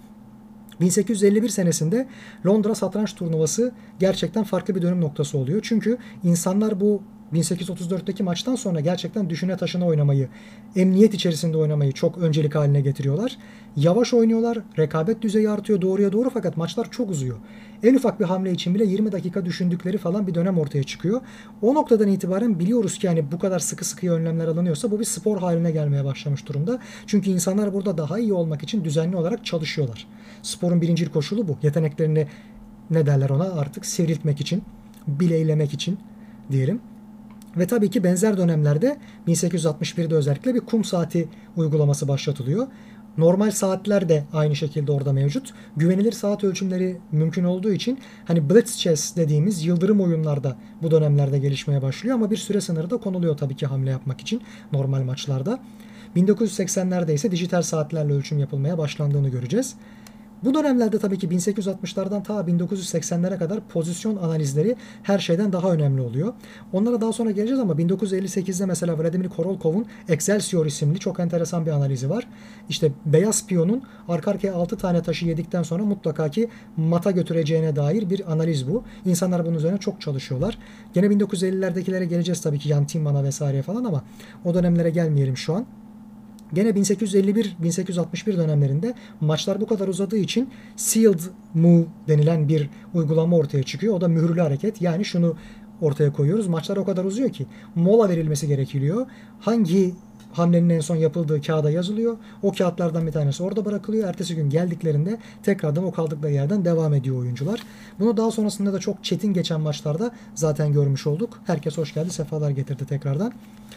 1851 senesinde Londra Satranç Turnuvası gerçekten farklı bir dönüm noktası oluyor. Çünkü insanlar bu 1834'teki maçtan sonra gerçekten düşüne taşına oynamayı, emniyet içerisinde oynamayı çok öncelik haline getiriyorlar. Yavaş oynuyorlar, rekabet düzeyi artıyor doğruya doğru, fakat maçlar çok uzuyor. En ufak bir hamle için bile 20 dakika düşündükleri falan bir dönem ortaya çıkıyor. O noktadan itibaren biliyoruz ki yani bu kadar sıkı sıkıya önlemler alınıyorsa bu bir spor haline gelmeye başlamış durumda. Çünkü insanlar burada daha iyi olmak için düzenli olarak çalışıyorlar. Sporun birincil koşulu bu. Yeteneklerini artık sivriltmek için, bileylemek için diyelim. Ve tabii ki benzer dönemlerde 1861'de özellikle bir kum saati uygulaması başlatılıyor. Normal saatler de aynı şekilde orada mevcut. Güvenilir saat ölçümleri mümkün olduğu için hani blitz chess dediğimiz yıldırım oyunlarda bu dönemlerde gelişmeye başlıyor ama bir süre sınırı da konuluyor tabii ki hamle yapmak için normal maçlarda. 1980'lerde ise dijital saatlerle ölçüm yapılmaya başlandığını göreceğiz. Bu dönemlerde tabii ki 1860'lardan ta 1980'lere kadar pozisyon analizleri her şeyden daha önemli oluyor. Onlara daha sonra geleceğiz ama 1958'de mesela Vladimir Korolkov'un Excelsior isimli çok enteresan bir analizi var. İşte beyaz piyonun arka arkaya 6 tane taşı yedikten sonra mutlaka ki mata götüreceğine dair bir analiz bu. İnsanlar bunun üzerine çok çalışıyorlar. Gene 1950'lerdekilere geleceğiz tabii ki, Jan Timman'a vesaire falan, ama o dönemlere gelmeyelim şu an. Gene 1851-1861 dönemlerinde maçlar bu kadar uzadığı için sealed move denilen bir uygulama ortaya çıkıyor. O da mühürlü hareket. Yani şunu ortaya koyuyoruz. Maçlar o kadar uzuyor ki mola verilmesi gerekiyor. Hangi hamlenin en son yapıldığı kağıda yazılıyor. O kağıtlardan bir tanesi orada bırakılıyor. Ertesi gün geldiklerinde tekrardan o kaldıkları yerden devam ediyor oyuncular. Bunu daha sonrasında da çok çetin geçen maçlarda zaten görmüş olduk. Herkes hoş geldi, sefalar getirdi tekrardan.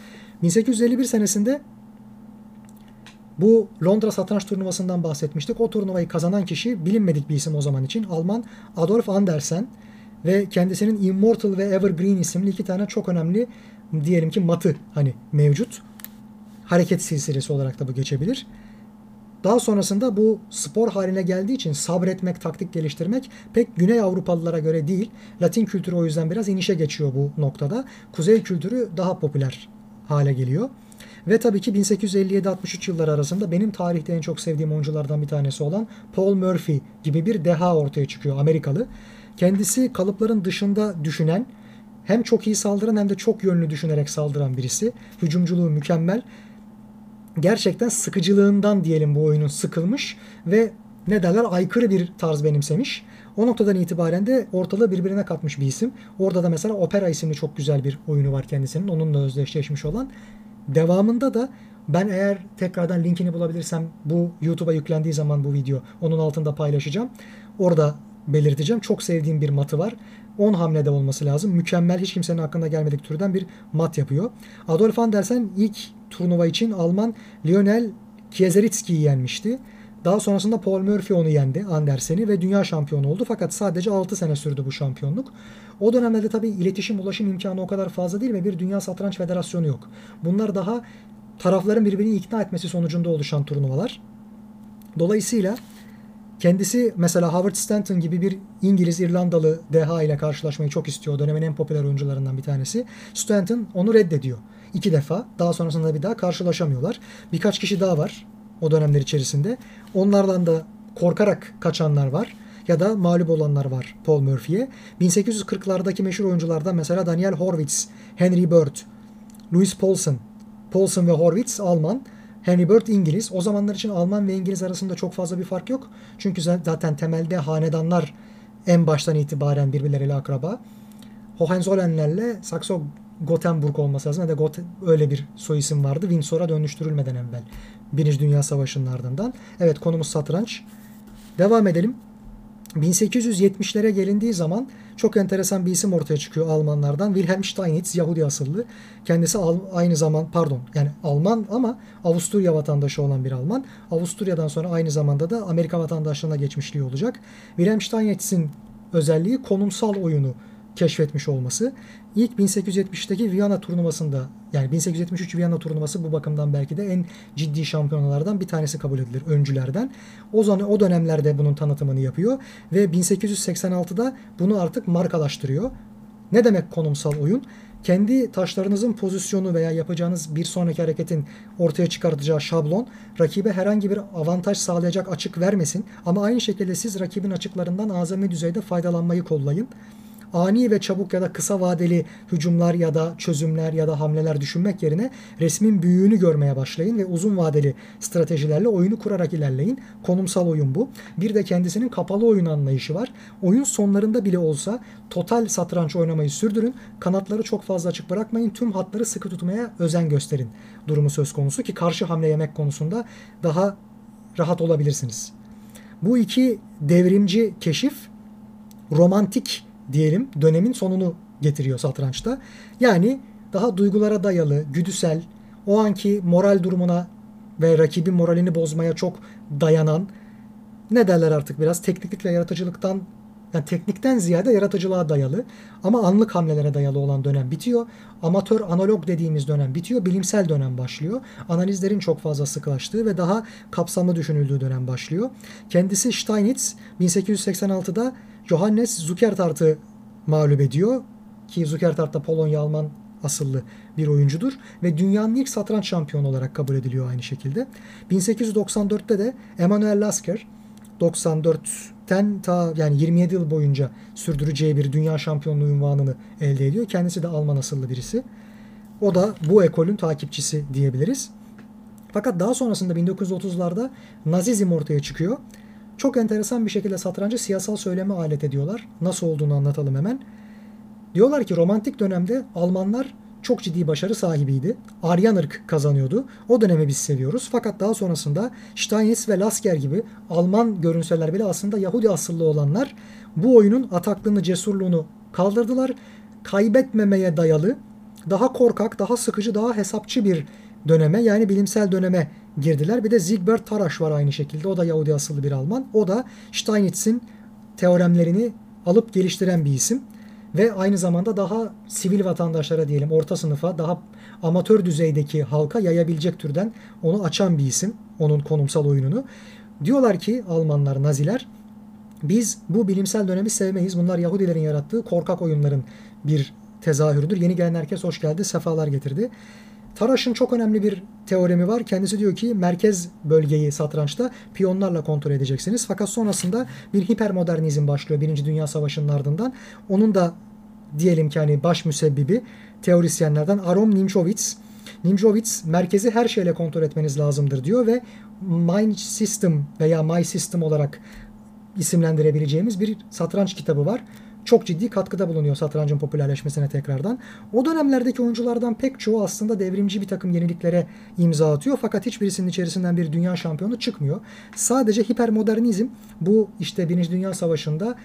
1851 senesinde bu Londra Satranç Turnuvası'ndan bahsetmiştik. O turnuvayı kazanan kişi bilinmedik bir isim o zaman için. Alman Adolf Andersen ve kendisinin Immortal ve Evergreen isimli iki tane çok önemli diyelim ki matı hani mevcut. Hareket silsilesi olarak da bu geçebilir. Daha sonrasında bu spor haline geldiği için sabretmek, taktik geliştirmek pek Güney Avrupalılara göre değil. Latin kültürü o yüzden biraz inişe geçiyor bu noktada. Kuzey kültürü daha popüler hale geliyor. Ve tabii ki 1857-63 yılları arasında benim tarihte en çok sevdiğim oyunculardan bir tanesi olan Paul Murphy gibi bir deha ortaya çıkıyor, Amerikalı. Kendisi kalıpların dışında düşünen, hem çok iyi saldıran hem de çok yönlü düşünerek saldıran birisi. Hücumculuğu mükemmel. Gerçekten sıkıcılığından diyelim bu oyunun sıkılmış ve ne derler aykırı bir tarz benimsemiş. O noktadan itibaren de ortalığı birbirine katmış bir isim. Orada da mesela Opera isimli çok güzel bir oyunu var kendisinin. Onunla özdeşleşmiş olan. Devamında da ben eğer tekrardan linkini bulabilirsem bu YouTube'a yüklendiği zaman bu video onun altında paylaşacağım. Orada belirteceğim. Çok sevdiğim bir matı var. 10 hamlede olması lazım. Mükemmel, hiç kimsenin aklına gelmedik türden bir mat yapıyor. Adolf Andersen ilk turnuva için Alman Lionel Kieseritski'yi yenmişti. Daha sonrasında Paul Murphy onu yendi, Andersen'i, ve dünya şampiyonu oldu. Fakat sadece 6 sene sürdü bu şampiyonluk. O dönemlerde tabii iletişim, ulaşım imkanı o kadar fazla değil ve bir Dünya Satranç Federasyonu yok. Bunlar daha tarafların birbirini ikna etmesi sonucunda oluşan turnuvalar. Dolayısıyla kendisi mesela Howard Stanton gibi bir İngiliz-İrlandalı deha ile karşılaşmayı çok istiyor. O dönemin en popüler oyuncularından bir tanesi. Stanton onu reddediyor. 2 defa. Daha sonrasında bir daha karşılaşamıyorlar. Birkaç kişi daha var o dönemler içerisinde. Onlardan da korkarak kaçanlar var. Ya da mağlup olanlar var Paul Murphy'ye. 1840'lardaki meşhur oyunculardan mesela Daniel Horwitz, Henry Bird, Louis Paulsen. Paulsen ve Horwitz Alman. Henry Bird İngiliz. O zamanlar için Alman ve İngiliz arasında çok fazla bir fark yok. Çünkü zaten temelde hanedanlar en baştan itibaren birbirleriyle akraba. Hohenzollernlerle Saxo-Gothenburg olması lazım. Ya da öyle bir soyisim vardı. Windsor'a dönüştürülmeden evvel. Birinci Dünya Savaşı'nın ardından. Evet, konumuz satranç. Devam edelim. 1870'lere gelindiği zaman çok enteresan bir isim ortaya çıkıyor Almanlardan. Wilhelm Steinitz, Yahudi asıllı. Kendisi aynı zaman yani Alman ama Avusturya vatandaşı olan bir Alman. Avusturya'dan sonra aynı zamanda da Amerika vatandaşlığına geçmişliği olacak. Wilhelm Steinitz'in özelliği konumsal oyunu keşfetmiş olması. İlk 1870'teki Viyana turnuvasında, yani 1873 Viyana turnuvası bu bakımdan belki de en ciddi şampiyonalardan bir tanesi kabul edilir, öncülerden. O dönemlerde bunun tanıtımını yapıyor ve 1886'da bunu artık markalaştırıyor. Ne demek konumsal oyun? Kendi taşlarınızın pozisyonu veya yapacağınız bir sonraki hareketin ortaya çıkartacağı şablon rakibe herhangi bir avantaj sağlayacak açık vermesin, ama aynı şekilde siz rakibin açıklarından azami düzeyde faydalanmayı kollayın. Ani ve çabuk ya da kısa vadeli hücumlar ya da çözümler ya da hamleler düşünmek yerine resmin büyüğünü görmeye başlayın ve uzun vadeli stratejilerle oyunu kurarak ilerleyin. Konumsal oyun bu. Bir de kendisinin kapalı oyun anlayışı var. Oyun sonlarında bile olsa total satranç oynamayı sürdürün. Kanatları çok fazla açık bırakmayın. Tüm hatları sıkı tutmaya özen gösterin durumu söz konusu ki karşı hamle yemek konusunda daha rahat olabilirsiniz. Bu iki devrimci keşif romantik diyelim dönemin sonunu getiriyor satrançta. Yani daha duygulara dayalı, güdüsel, o anki moral durumuna ve rakibin moralini bozmaya çok dayanan, ne derler artık, biraz tekniklik ve yaratıcılıktan, yani teknikten ziyade yaratıcılığa dayalı ama anlık hamlelere dayalı olan dönem bitiyor. Amatör analog dediğimiz dönem bitiyor. Bilimsel dönem başlıyor. Analizlerin çok fazla sıklaştığı ve daha kapsamlı düşünüldüğü dönem başlıyor. Kendisi Steinitz 1886'da Johannes Zukertart'ı mağlup ediyor. Ki Zukertart da Polonya-Alman asıllı bir oyuncudur. Ve dünyanın ilk satranç şampiyonu olarak kabul ediliyor aynı şekilde. 1894'te de Emanuel Lasker 94'ten yani 27 yıl boyunca sürdüreceği bir dünya şampiyonluğu unvanını elde ediyor. Kendisi de Alman asıllı birisi. O da bu ekolün takipçisi diyebiliriz. Fakat daha sonrasında 1930'larda Nazizm ortaya çıkıyor. Çok enteresan bir şekilde satrancı siyasal söyleme alet ediyorlar. Nasıl olduğunu anlatalım hemen. Diyorlar ki romantik dönemde Almanlar çok ciddi başarı sahibiydi. Aryan ırk kazanıyordu. O dönemi biz seviyoruz. Fakat daha sonrasında Steinitz ve Lasker gibi Alman görünseler bile aslında Yahudi asıllı olanlar bu oyunun ataklığını, cesurluğunu kaldırdılar. Kaybetmemeye dayalı, daha korkak, daha sıkıcı, daha hesapçı bir döneme, yani bilimsel döneme girdiler. Bir de Siegbert Tarrasch var aynı şekilde. O da Yahudi asıllı bir Alman. O da Steinitz'in teoremlerini alıp geliştiren bir isim. ve aynı zamanda daha sivil vatandaşlara diyelim, orta sınıfa, daha amatör düzeydeki halka yayabilecek türden onu açan bir isim. Onun konumsal oyununu. Diyorlar ki Almanlar, Naziler, biz bu bilimsel dönemi sevmeyiz. Bunlar Yahudilerin yarattığı korkak oyunların bir tezahürüdür. Yeni gelen herkes hoş geldi, sefalar getirdi. Taraş'ın çok önemli bir teoremi var. Kendisi diyor ki merkez bölgeyi satrançta piyonlarla kontrol edeceksiniz. Fakat sonrasında bir hipermodernizm başlıyor Birinci Dünya Savaşı'nın ardından. Onun da diyelim ki hani baş müsebbibi teorisyenlerden Aron Nimcovitz. Nimcovitz merkezi her şeyle kontrol etmeniz lazımdır diyor ve Mind System veya My System olarak isimlendirebileceğimiz bir satranç kitabı var. Çok ciddi katkıda bulunuyor satrancın popülerleşmesine tekrardan. O dönemlerdeki oyunculardan pek çoğu aslında devrimci bir takım yeniliklere imza atıyor. Fakat hiçbirisinin içerisinden bir dünya şampiyonu çıkmıyor. Sadece hipermodernizm bu işte Birinci Dünya Savaşı'nda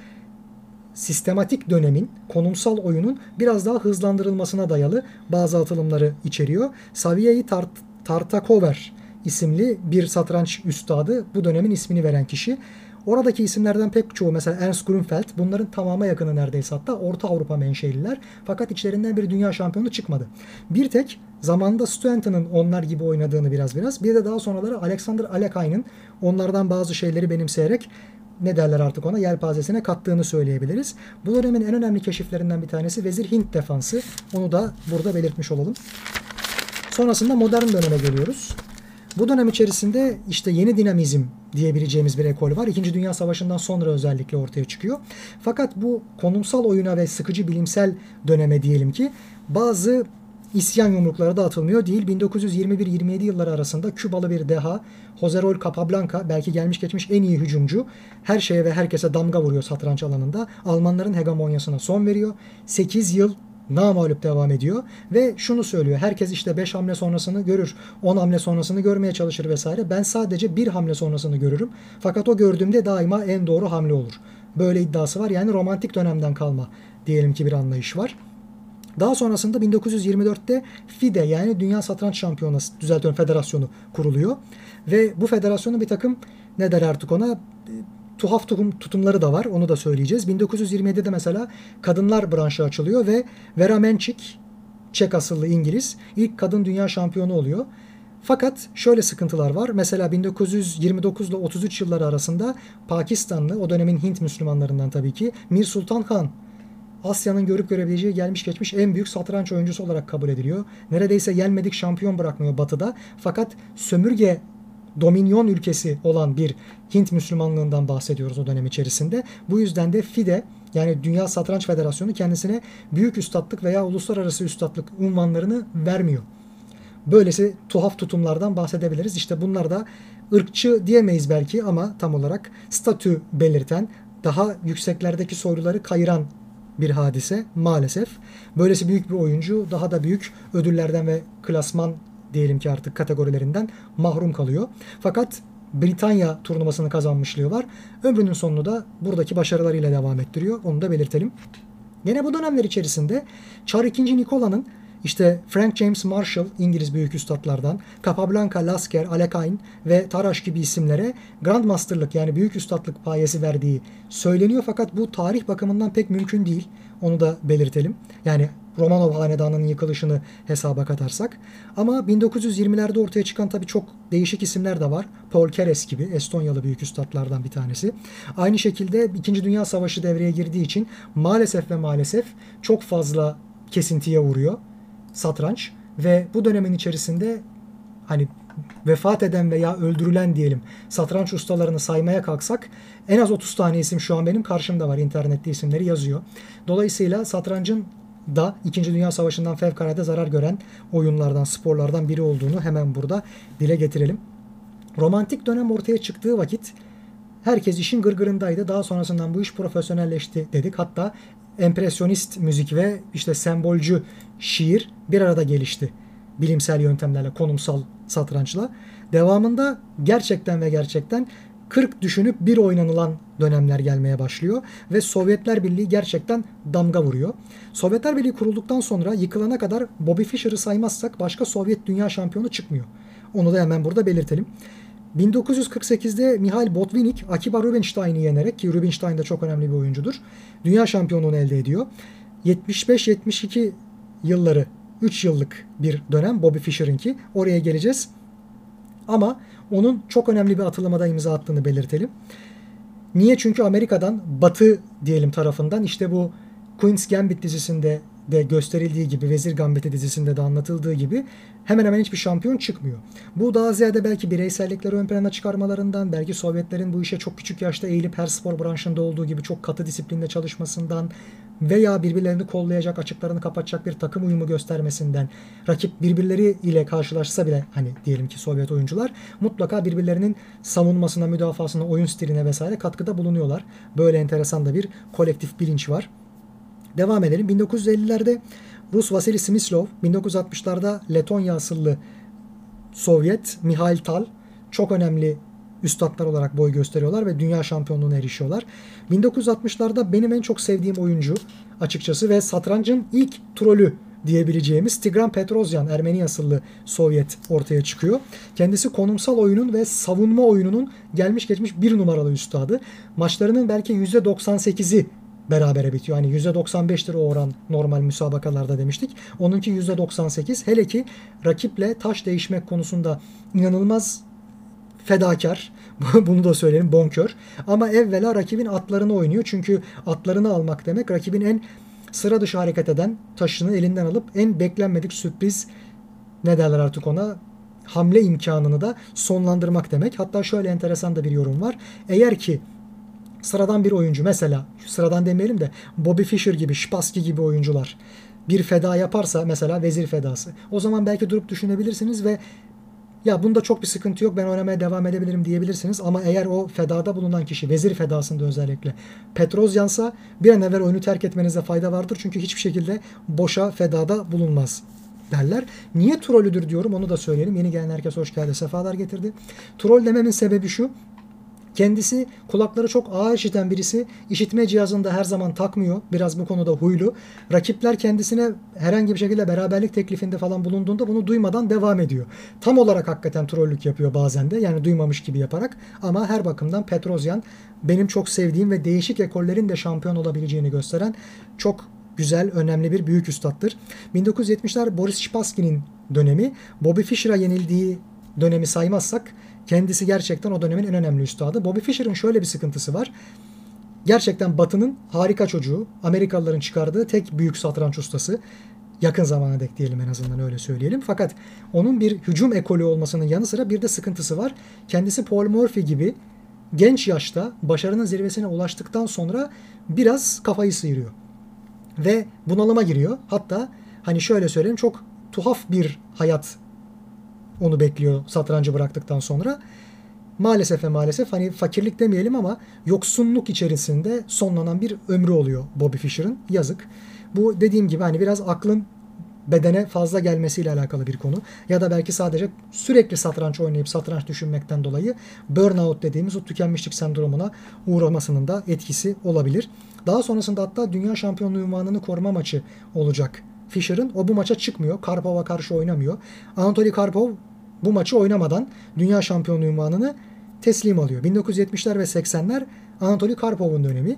sistematik dönemin, konumsal oyunun biraz daha hızlandırılmasına dayalı bazı atılımları içeriyor. Xavier Tartakover isimli bir satranç üstadı, bu dönemin ismini veren kişi. Oradaki isimlerden pek çoğu mesela Ernst Grünfeld, bunların tamamı yakını neredeyse, hatta Orta Avrupa menşeliler. Fakat içlerinden bir dünya şampiyonu çıkmadı. Bir tek zamanında Stuenton'un onlar gibi oynadığını biraz, bir de daha sonraları Alexander Alekai'nin onlardan bazı şeyleri benimseyerek ne derler artık ona, yelpazesine kattığını söyleyebiliriz. Bu dönemin en önemli keşiflerinden bir tanesi Vezir Hint defansı. Onu da burada belirtmiş olalım. Sonrasında modern döneme geliyoruz. Bu dönem içerisinde işte yeni dinamizm diyebileceğimiz bir ekol var. İkinci Dünya Savaşı'ndan sonra özellikle ortaya çıkıyor. Fakat bu konumsal oyuna ve sıkıcı bilimsel döneme diyelim ki bazı isyan yumrukları da atılmıyor değil. 1921-27 yılları arasında Kübalı bir deha José Raúl Capablanca, belki gelmiş geçmiş en iyi hücumcu, her şeye ve herkese damga vuruyor satranç alanında. Almanların hegemonyasına son veriyor. 8 yıl namağlup devam ediyor ve şunu söylüyor: herkes işte 5 hamle sonrasını görür, 10 hamle sonrasını görmeye çalışır vesaire. Ben sadece bir hamle sonrasını görürüm. Fakat o gördüğümde daima en doğru hamle olur. Böyle iddiası var. Yani romantik dönemden kalma diyelim ki bir anlayış var. Daha sonrasında 1924'te FIDE, yani Dünya Satranç Şampiyonası, Federasyonu kuruluyor. Ve bu federasyonun bir takım ne der artık ona, tuhaf tutumları da var. Onu da söyleyeceğiz. 1927'de mesela kadınlar branşı açılıyor ve Vera Menchik, Çek asıllı İngiliz, ilk kadın dünya şampiyonu oluyor. Fakat şöyle sıkıntılar var. Mesela 1929 ile 33 yılları arasında Pakistanlı, o dönemin Hint Müslümanlarından tabii ki, Mir Sultan Khan, Asya'nın görüp görebileceği gelmiş geçmiş en büyük satranç oyuncusu olarak kabul ediliyor. Neredeyse yenmedik şampiyon bırakmıyor Batı'da. Fakat sömürge dominyon ülkesi olan bir Hint Müslümanlığından bahsediyoruz o dönem içerisinde. Bu yüzden de FIDE, yani Dünya Satranç Federasyonu, kendisine büyük üstatlık veya uluslararası üstatlık unvanlarını vermiyor. Böylesi tuhaf tutumlardan bahsedebiliriz. İşte bunlar da ırkçı diyemeyiz belki ama tam olarak statü belirten, daha yükseklerdeki soyluları kayıran bir hadise maalesef. Böylesi büyük bir oyuncu daha da büyük ödüllerden ve klasman diyelim ki artık kategorilerinden mahrum kalıyor. Fakat Britanya turnuvasını kazanmışlığı var. Ömrünün sonunu da buradaki başarılarıyla devam ettiriyor. Onu da belirtelim. Yine bu dönemler içerisinde Çar II. Nikola'nın işte Frank James Marshall, İngiliz büyük üstadlardan, Capablanca, Lasker, Alekhine ve Taraş gibi isimlere Grandmaster'lık, yani büyük üstadlık payesi verdiği söyleniyor. Fakat bu tarih bakımından pek mümkün değil. Onu da belirtelim. Yani Romanov Hanedanı'nın yıkılışını hesaba katarsak. Ama 1920'lerde ortaya çıkan tabii çok değişik isimler de var. Paul Keres gibi Estonyalı büyük üstadlardan bir tanesi. Aynı şekilde 2. Dünya Savaşı devreye girdiği için maalesef çok fazla kesintiye uğruyor satranç ve bu dönemin içerisinde hani vefat eden veya öldürülen diyelim satranç ustalarını saymaya kalksak en az 30 tane isim şu an benim karşımda var. İnternette isimleri yazıyor. Dolayısıyla satrancın da 2. Dünya Savaşı'ndan fevkalade zarar gören oyunlardan, sporlardan biri olduğunu hemen burada dile getirelim. Romantik dönem ortaya çıktığı vakit herkes işin gırgırındaydı. Daha sonrasından bu iş profesyonelleşti dedik. Hatta empresyonist müzik ve işte sembolcü şiir bir arada gelişti. Bilimsel yöntemlerle, konumsal satrançla. Devamında gerçekten 40 düşünüp bir oynanılan dönemler gelmeye başlıyor ve Sovyetler Birliği gerçekten damga vuruyor. Sovyetler Birliği kurulduktan sonra yıkılana kadar Bobby Fischer'ı saymazsak başka Sovyet dünya şampiyonu çıkmıyor. Onu da hemen burada belirtelim. 1948'de Mihail Botvinnik, Akiba Rubinstein'i yenerek, ki Rubinstein de çok önemli bir oyuncudur, dünya şampiyonluğunu elde ediyor. 75-72 yılları 3 yıllık bir dönem Bobby Fischer'ınki. Oraya geleceğiz. Ama onun çok önemli bir atılımada imza attığını belirtelim. Niye? Çünkü Amerika'dan Batı diyelim tarafından işte bu Queen's Gambit dizisinde de gösterildiği gibi, Vezir Gambiti dizisinde de anlatıldığı gibi hemen hemen hiçbir şampiyon çıkmıyor. Bu daha ziyade belki bireysellikleri ön plana çıkarmalarından, belki Sovyetlerin bu işe çok küçük yaşta eğilip her spor branşında olduğu gibi çok katı disiplinde çalışmasından veya birbirlerini kollayacak, açıklarını kapatacak bir takım uyumu göstermesinden, rakip birbirleri ile karşılaşsa bile hani diyelim ki Sovyet oyuncular mutlaka birbirlerinin savunmasına, müdafasına, oyun stiline vesaire katkıda bulunuyorlar. Böyle enteresan da bir kolektif bilinç var. Devam edelim. 1950'lerde Rus Vasily Smyslov, 1960'larda Letonya asıllı Sovyet Mihail Tal çok önemli üstatlar olarak boy gösteriyorlar ve dünya şampiyonluğuna erişiyorlar. 1960'larda benim en çok sevdiğim oyuncu açıkçası ve satrancın ilk trolü diyebileceğimiz Tigran Petrosyan, Ermeni asıllı Sovyet ortaya çıkıyor. Kendisi konumsal oyunun ve savunma oyununun gelmiş geçmiş bir numaralı üstadı. Maçlarının belki %98'i berabere bitiyor. Hani %95'tir o oran normal müsabakalarda demiştik. Onunki %98. Hele ki rakiple taş değişmek konusunda inanılmaz fedakar. Bunu da söyleyelim, bonkör. Ama evvela rakibin atlarını oynuyor. Çünkü atlarını almak demek rakibin en sıra dışı hareket eden taşını elinden alıp en beklenmedik sürpriz, ne derler artık ona, hamle imkanını da sonlandırmak demek. Hatta şöyle enteresan da bir yorum var. Eğer ki sıradan bir oyuncu, mesela sıradan demeyelim de Bobby Fischer gibi, Spassky gibi oyuncular bir feda yaparsa, mesela vezir fedası, o zaman belki durup düşünebilirsiniz ve ya bunda çok bir sıkıntı yok, ben oynamaya devam edebilirim diyebilirsiniz. Ama eğer o fedada bulunan kişi, vezir fedasında özellikle Petrosyan'sa bir an evvel oyunu terk etmenize fayda vardır. Çünkü hiçbir şekilde boşa fedada bulunmaz derler. Niye trollüdür diyorum, onu da söyleyelim. Yeni gelen herkes hoş geldi, sefalar getirdi. Troll dememin sebebi şu: kendisi kulakları çok ağır işiten birisi. İşitme cihazını da her zaman takmıyor. Biraz bu konuda huylu. Rakipler kendisine herhangi bir şekilde beraberlik teklifinde falan bulunduğunda bunu duymadan devam ediyor. Tam olarak hakikaten trollük yapıyor bazen de. Yani duymamış gibi yaparak. Ama her bakımdan Petrosyan benim çok sevdiğim ve değişik ekollerin de şampiyon olabileceğini gösteren çok güzel, önemli bir büyük üstattır. 1970'ler Boris Spassky'nin dönemi. Bobby Fischer'a yenildiği dönemi saymazsak kendisi gerçekten o dönemin en önemli üstadı. Bobby Fischer'ın şöyle bir sıkıntısı var. Gerçekten Batı'nın harika çocuğu, Amerikalıların çıkardığı tek büyük satranç ustası. Yakın zamana dek diyelim, en azından öyle söyleyelim. Fakat onun bir hücum ekolü olmasının yanı sıra bir de sıkıntısı var. Kendisi Paul Morphy gibi genç yaşta başarının zirvesine ulaştıktan sonra biraz kafayı sıyırıyor. Ve bunalıma giriyor. Hatta hani şöyle söyleyeyim, çok tuhaf bir hayat onu bekliyor satrancı bıraktıktan sonra. Maalesef ve maalesef, hani fakirlik demeyelim ama yoksunluk içerisinde sonlanan bir ömrü oluyor Bobby Fischer'ın. Yazık. Bu dediğim gibi hani biraz aklın bedene fazla gelmesiyle alakalı bir konu. Ya da belki sadece sürekli satranç oynayıp satranç düşünmekten dolayı burnout dediğimiz o tükenmişlik sendromuna uğramasının da etkisi olabilir. Daha sonrasında hatta dünya şampiyonluğu unvanını koruma maçı olacak Fischer'ın. O bu maça çıkmıyor. Karpov'a karşı oynamıyor. Anatoly Karpov bu maçı oynamadan dünya şampiyonluğu unvanını teslim alıyor. 1970'ler ve 80'ler Anatoly Karpov'un dönemi.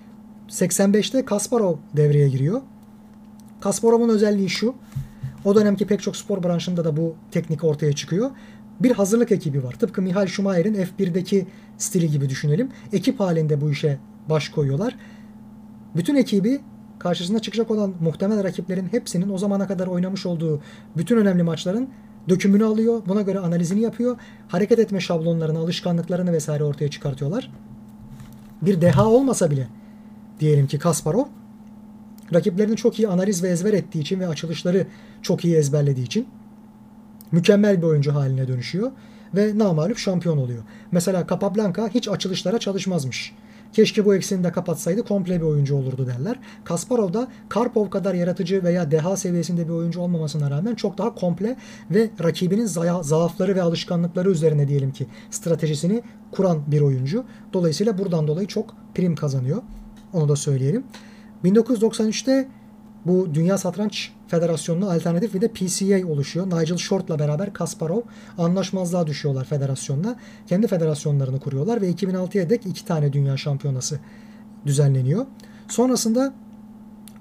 85'te Kasparov devreye giriyor. Kasparov'un özelliği şu: o dönemki pek çok spor branşında da bu teknik ortaya çıkıyor. Bir hazırlık ekibi var. Tıpkı Michael Schumacher'in F1'deki stili gibi düşünelim. Ekip halinde bu işe baş koyuyorlar. Bütün ekibi karşısına çıkacak olan muhtemel rakiplerin hepsinin o zamana kadar oynamış olduğu bütün önemli maçların dökümünü alıyor. Buna göre analizini yapıyor. Hareket etme şablonlarını, alışkanlıklarını vesaire ortaya çıkartıyorlar. Bir deha olmasa bile diyelim ki Kasparov rakiplerini çok iyi analiz ve ezber ettiği için ve açılışları çok iyi ezberlediği için mükemmel bir oyuncu haline dönüşüyor ve namağlup şampiyon oluyor. Mesela Capablanca hiç açılışlara çalışmazmış. Keşke bu eksiğini de kapatsaydı komple bir oyuncu olurdu derler. Kasparov da Karpov kadar yaratıcı veya deha seviyesinde bir oyuncu olmamasına rağmen çok daha komple ve rakibinin zaafları ve alışkanlıkları üzerine diyelim ki stratejisini kuran bir oyuncu. Dolayısıyla buradan dolayı çok prim kazanıyor. Onu da söyleyelim. 1993'te bu Dünya Satranç Federasyonu'na alternatif bir de PCA oluşuyor. Nigel Short'la beraber Kasparov anlaşmazlığa düşüyorlar federasyonla. Kendi federasyonlarını kuruyorlar ve 2006'ya dek 2 tane dünya şampiyonası düzenleniyor. Sonrasında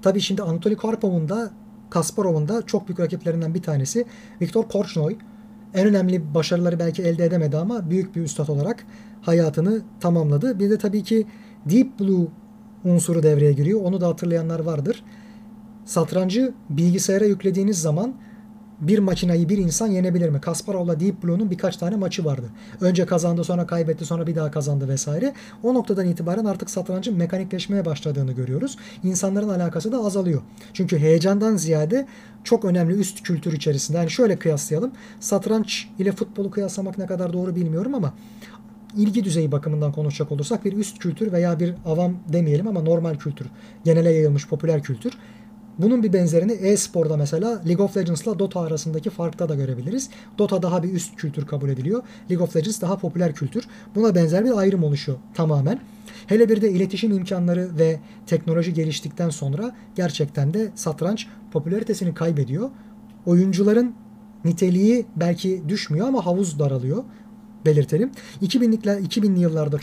Tabii şimdi Anatoly Karpov'un da Kasparov'un da çok büyük rakiplerinden bir tanesi Viktor Korchnoi. En önemli başarıları belki elde edemedi ama büyük bir üstad olarak hayatını tamamladı. Bir de tabii ki Deep Blue unsuru devreye giriyor. Onu da hatırlayanlar vardır. Satrancı bilgisayara yüklediğiniz zaman bir makinayı bir insan yenebilir mi? Kasparov'la Deep Blue'nun birkaç tane maçı vardı. Önce kazandı, sonra kaybetti, sonra bir daha kazandı vesaire. O noktadan itibaren artık satrancın mekanikleşmeye başladığını görüyoruz. İnsanların alakası da azalıyor. Çünkü heyecandan ziyade çok önemli üst kültür içerisinde. Yani şöyle kıyaslayalım. Satranç ile futbolu kıyaslamak ne kadar doğru bilmiyorum ama ilgi düzeyi bakımından konuşacak olursak bir üst kültür veya bir avam demeyelim ama normal kültür, genele yayılmış popüler kültür. Bunun bir benzerini e-sporda mesela League of Legends'la Dota arasındaki farkta da görebiliriz. Dota daha bir üst kültür kabul ediliyor. League of Legends daha popüler kültür. Buna benzer bir ayrım oluşuyor tamamen. Hele bir de iletişim imkanları ve teknoloji geliştikten sonra gerçekten de satranç popülaritesini kaybediyor. Oyuncuların niteliği belki düşmüyor ama havuz daralıyor. Belirtelim. 2000'li yıllarda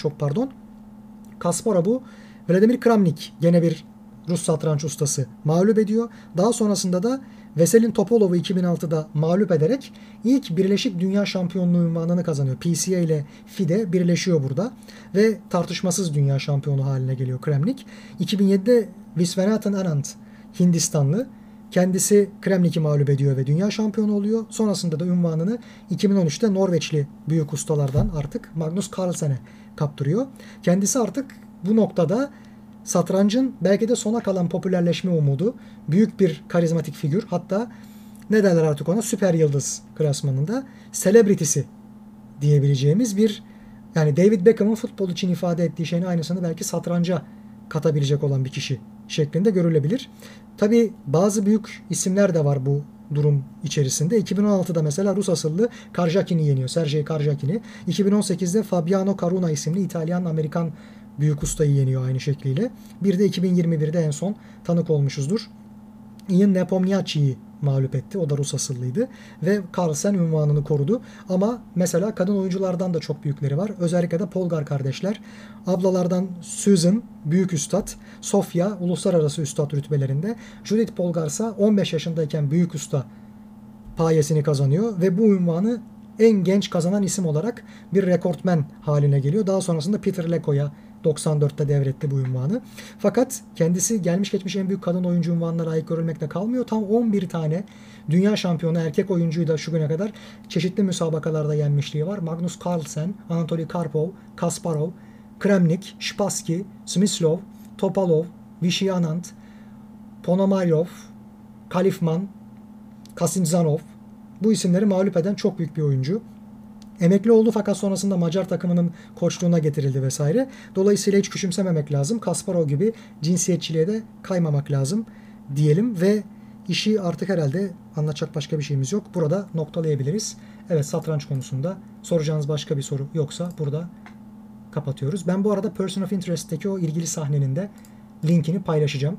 Kasparov'u Vladimir Kramnik, gene bir Rus satranç ustası, mağlup ediyor. Daha sonrasında da Veselin Topolov'u 2006'da mağlup ederek ilk Birleşik Dünya Şampiyonluğu unvanını kazanıyor. PCA ile FIDE birleşiyor burada ve tartışmasız dünya şampiyonu haline geliyor Kramnik. 2007'de Viswanathan Anand, Hindistanlı, kendisi Kramnik'i mağlup ediyor ve dünya şampiyonu oluyor. Sonrasında da unvanını 2013'te Norveçli büyük ustalardan artık Magnus Carlsen'e kaptırıyor. Kendisi artık bu noktada satrancın belki de sona kalan popülerleşme umudu, büyük bir karizmatik figür, hatta ne derler artık ona, süper yıldız klasmanında celebrity'si diyebileceğimiz bir, yani David Beckham'ın futbol için ifade ettiği şeyin aynısını belki satranca katabilecek olan bir kişi şeklinde görülebilir. Tabi bazı büyük isimler de var bu durum içerisinde. 2016'da mesela Rus asıllı Karjakin'i yeniyor. Sergei Karjakin'i. 2018'de Fabiano Caruna isimli İtalyan-Amerikan büyük ustayı yeniyor aynı şekliyle. Bir de 2021'de en son tanık olmuşuzdur. Ian Nepomniachtchi'yi mağlup etti. O da Rus asıllıydı. Ve Carlsen unvanını korudu. Ama mesela kadın oyunculardan da çok büyükleri var. Özellikle de Polgar kardeşler. Ablalardan Susan, büyük üstad. Sofia, uluslararası üstad rütbelerinde. Judith Polgar ise 15 yaşındayken büyük usta payesini kazanıyor. Ve bu unvanı en genç kazanan isim olarak bir rekortmen haline geliyor. Daha sonrasında Peter Leko'ya 94'te devretti bu unvanı. Fakat kendisi gelmiş geçmiş en büyük kadın oyuncu unvanına layık görülmekle kalmıyor. Tam 11 tane dünya şampiyonu erkek oyuncuyu da şu güne kadar çeşitli müsabakalarda yenmişliği var. Magnus Carlsen, Anatoly Karpov, Kasparov, Kramnik, Spassky, Smyslov, Topalov, Vishy Anand, Ponomaryov, Kalifman, Kasimdzhanov, bu isimleri mağlup eden çok büyük bir oyuncu. Emekli oldu fakat sonrasında Macar takımının koçluğuna getirildi vesaire. Dolayısıyla hiç küçümsememek lazım. Kasparov gibi cinsiyetçiliğe de kaymamak lazım diyelim ve işi artık herhalde anlatacak başka bir şeyimiz yok. Burada noktalayabiliriz. Evet, satranç konusunda soracağınız başka bir soru yoksa burada kapatıyoruz. Ben bu arada Person of Interest'teki o ilgili sahnenin de linkini paylaşacağım.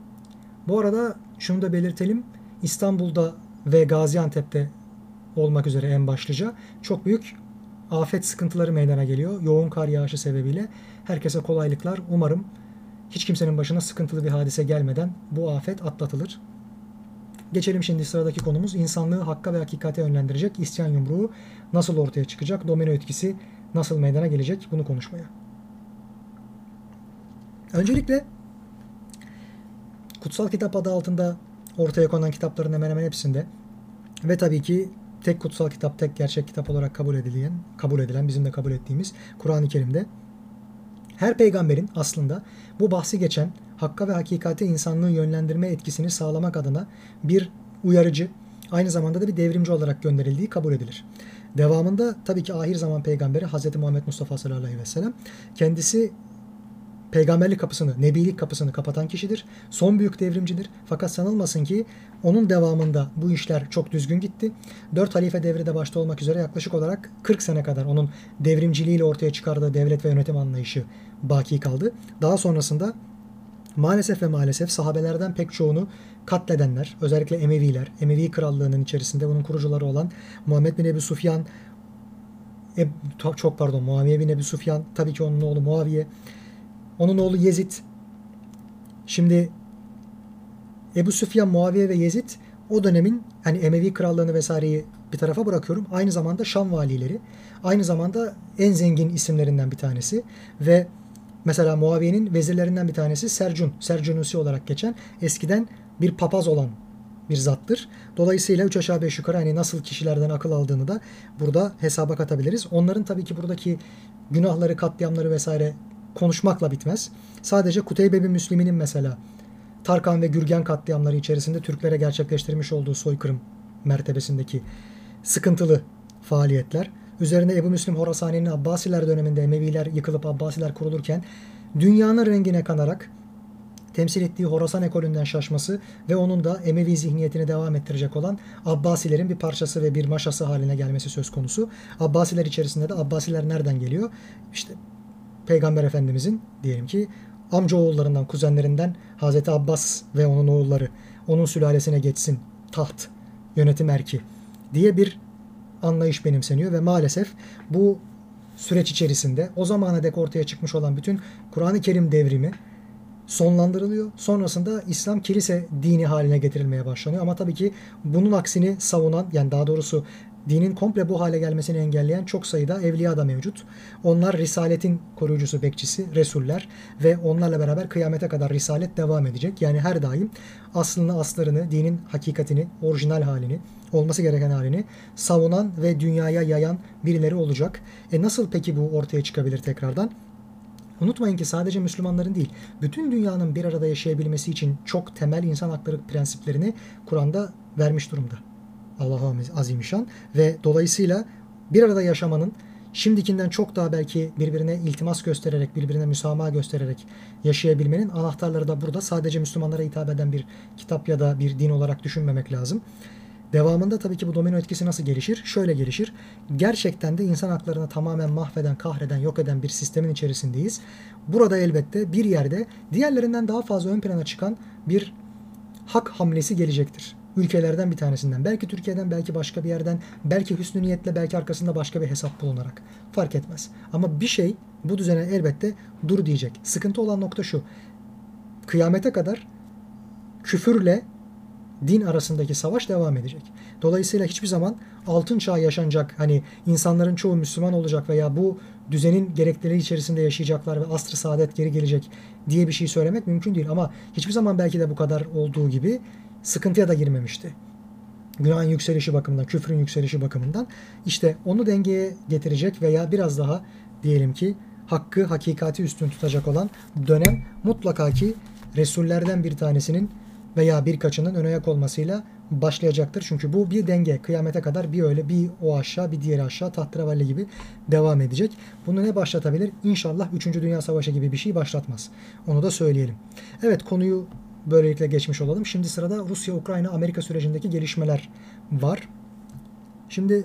Bu arada şunu da belirtelim. İstanbul'da ve Gaziantep'te olmak üzere en başlıca çok büyük afet sıkıntıları meydana geliyor. Yoğun kar yağışı sebebiyle herkese kolaylıklar. Umarım hiç kimsenin başına sıkıntılı bir hadise gelmeden bu afet atlatılır. Geçelim şimdi sıradaki konumuz. İnsanlığı hakka ve hakikate yönlendirecek isyan yumruğu nasıl ortaya çıkacak? Domino etkisi nasıl meydana gelecek? Bunu konuşmaya. Öncelikle kutsal kitap adı altında ortaya konan kitapların hemen hemen hepsinde ve tabii ki tek kutsal kitap, tek gerçek kitap olarak kabul edilen, bizim de kabul ettiğimiz Kur'an-ı Kerim'de her peygamberin aslında bu bahsi geçen hakka ve hakikate insanlığı yönlendirme etkisini sağlamak adına bir uyarıcı, aynı zamanda da bir devrimci olarak gönderildiği kabul edilir. Devamında tabii ki ahir zaman peygamberi Hz. Muhammed Mustafa sallallahu aleyhi ve sellem kendisi peygamberlik kapısını, nebilik kapısını kapatan kişidir. Son büyük devrimcidir. Fakat sanılmasın ki onun devamında bu işler çok düzgün gitti. 4 halife devri de başta olmak üzere yaklaşık olarak 40 sene kadar onun devrimciliğiyle ortaya çıkardığı devlet ve yönetim anlayışı baki kaldı. Daha sonrasında maalesef sahabelerden pek çoğunu katledenler, özellikle Emeviler, Emevi krallığının içerisinde bunun kurucuları olan Muhammed bin Ebu Sufyan, Muaviye bin Ebu Sufyan, tabii ki onun oğlu Muaviye, onun oğlu Yezid, şimdi Ebu Süfyan, Muaviye ve Yezid o dönemin hani Emevi krallığını vesaireyi bir tarafa bırakıyorum. Aynı zamanda Şam valileri. Aynı zamanda en zengin isimlerinden bir tanesi. Ve mesela Muaviye'nin vezirlerinden bir tanesi Sercun. Sercunusi olarak geçen eskiden bir papaz olan bir zattır. Dolayısıyla 3 aşağı 5 yukarı hani nasıl kişilerden akıl aldığını da burada hesaba katabiliriz. Onların tabii ki buradaki günahları, katliamları vesaire konuşmakla bitmez. Sadece Kuteybe bin Müslim'in mesela Tarkan ve Gürgen katliamları içerisinde Türklere gerçekleştirmiş olduğu soykırım mertebesindeki sıkıntılı faaliyetler. Üzerine Ebu Müslim Horasani'nin Abbasiler döneminde Emeviler yıkılıp Abbasiler kurulurken dünyanın rengine kanarak temsil ettiği Horasan ekolünden şaşması ve onun da Emevi zihniyetini devam ettirecek olan Abbasilerin bir parçası ve bir maşası haline gelmesi söz konusu. Abbasiler içerisinde de Abbasiler nereden geliyor? İşte Peygamber Efendimizin diyelim ki amca oğullarından, kuzenlerinden Hazreti Abbas ve onun oğulları, onun sülalesine geçsin taht, yönetim erki diye bir anlayış benimseniyor ve maalesef bu süreç içerisinde o zamana dek ortaya çıkmış olan bütün Kur'an-ı Kerim devrimi sonlandırılıyor. Sonrasında İslam kilise dini haline getirilmeye başlanıyor. Ama tabii ki bunun aksini savunan, yani daha doğrusu dinin komple bu hale gelmesini engelleyen çok sayıda evliya da mevcut. Onlar risaletin koruyucusu, bekçisi, resuller ve onlarla beraber kıyamete kadar risalet devam edecek. Yani her daim aslını, aslarını, dinin hakikatini, orijinal halini, olması gereken halini savunan ve dünyaya yayan birileri olacak. Nasıl peki bu ortaya çıkabilir tekrardan? Unutmayın ki sadece Müslümanların değil, bütün dünyanın bir arada yaşayabilmesi için çok temel insan hakları prensiplerini Kur'an'da vermiş durumda. Allah-u Azimüşşan ve dolayısıyla bir arada yaşamanın şimdikinden çok daha belki birbirine iltimas göstererek, birbirine müsamaha göstererek yaşayabilmenin anahtarları da burada. Sadece Müslümanlara hitap eden bir kitap ya da bir din olarak düşünmemek lazım. Devamında tabii ki bu domino etkisi nasıl gelişir? Şöyle gelişir. Gerçekten de insan haklarını tamamen mahveden, kahreden, yok eden bir sistemin içerisindeyiz. Burada elbette bir yerde diğerlerinden daha fazla ön plana çıkan bir hak hamlesi gelecektir. Ülkelerden bir tanesinden, belki Türkiye'den, belki başka bir yerden, belki hüsnü niyetle, belki arkasında başka bir hesap bulunarak. Fark etmez. Ama bir şey bu düzene elbette dur diyecek. Sıkıntı olan nokta şu. Kıyamete kadar küfürle din arasındaki savaş devam edecek. Dolayısıyla hiçbir zaman altın çağ yaşanacak, hani insanların çoğu Müslüman olacak veya bu düzenin gerekleri içerisinde yaşayacaklar ve asr-ı saadet geri gelecek diye bir şey söylemek mümkün değil. Ama hiçbir zaman belki de bu kadar olduğu gibi sıkıntıya da girmemişti. Günahın yükselişi bakımından, küfrün yükselişi bakımından işte onu dengeye getirecek veya biraz daha diyelim ki hakkı, hakikati üstün tutacak olan dönem mutlaka ki Resullerden bir tanesinin veya birkaçının ön ayak olmasıyla başlayacaktır. Çünkü bu bir denge. Kıyamete kadar bir öyle, bir o aşağı, bir diğeri aşağı, tahterevalli gibi devam edecek. Bunu ne başlatabilir? İnşallah 3. Dünya Savaşı gibi bir şey başlatmaz. Onu da söyleyelim. Evet, konuyu böylelikle geçmiş olalım. Şimdi sırada Rusya, Ukrayna, Amerika sürecindeki gelişmeler var. Şimdi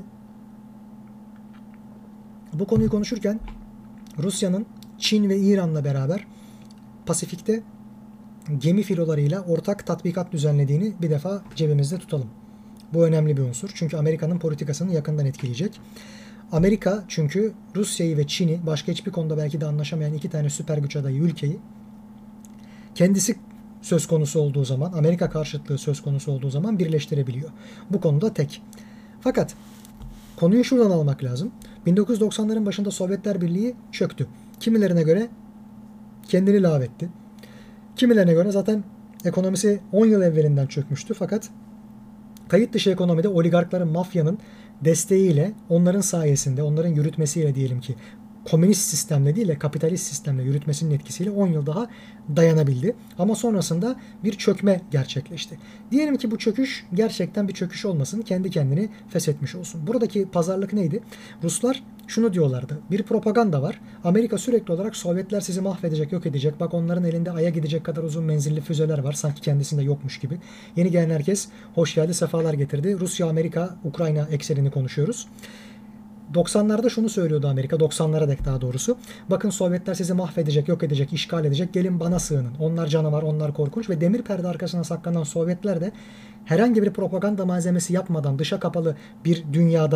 bu konuyu konuşurken Rusya'nın Çin ve İran'la beraber Pasifik'te gemi filolarıyla ortak tatbikat düzenlediğini bir defa cebimizde tutalım. Bu önemli bir unsur. Çünkü Amerika'nın politikasını yakından etkileyecek. Amerika çünkü Rusya'yı ve Çin'i, başka hiçbir konuda belki de anlaşamayan iki tane süper güç adayı ülkeyi, kendisi söz konusu olduğu zaman, Amerika karşıtlığı söz konusu olduğu zaman birleştirebiliyor. Bu konuda tek. Fakat konuyu şuradan almak lazım. 1990'ların başında Sovyetler Birliği çöktü. Kimilerine göre kendini lağvetti. Kimilerine göre zaten ekonomisi 10 yıl evvelinden çökmüştü. Fakat kayıt dışı ekonomide oligarkların, mafyanın desteğiyle, onların sayesinde, onların yürütmesiyle diyelim ki komünist sistemle değil de kapitalist sistemle yürütmesinin etkisiyle 10 yıl daha dayanabildi. Ama sonrasında bir çökme gerçekleşti. Diyelim ki bu çöküş gerçekten bir çöküş olmasın, kendi kendini feshetmiş olsun. Buradaki pazarlık neydi? Ruslar şunu diyorlardı. Bir propaganda var. Amerika sürekli olarak Sovyetler sizi mahvedecek, yok edecek. Bak onların elinde Ay'a gidecek kadar uzun menzilli füzeler var. Sanki kendisinde yokmuş gibi. Yeni gelen herkes hoş geldi, sefalar getirdi. Rusya, Amerika, Ukrayna eksenini konuşuyoruz. 90'larda şunu söylüyordu Amerika, 90'lara dek daha doğrusu. Bakın Sovyetler sizi mahvedecek, yok edecek, işgal edecek. Gelin bana sığının. Onlar canavar, onlar korkunç ve demir perde arkasına saklanan Sovyetler de herhangi bir propaganda malzemesi yapmadan dışa kapalı bir dünyada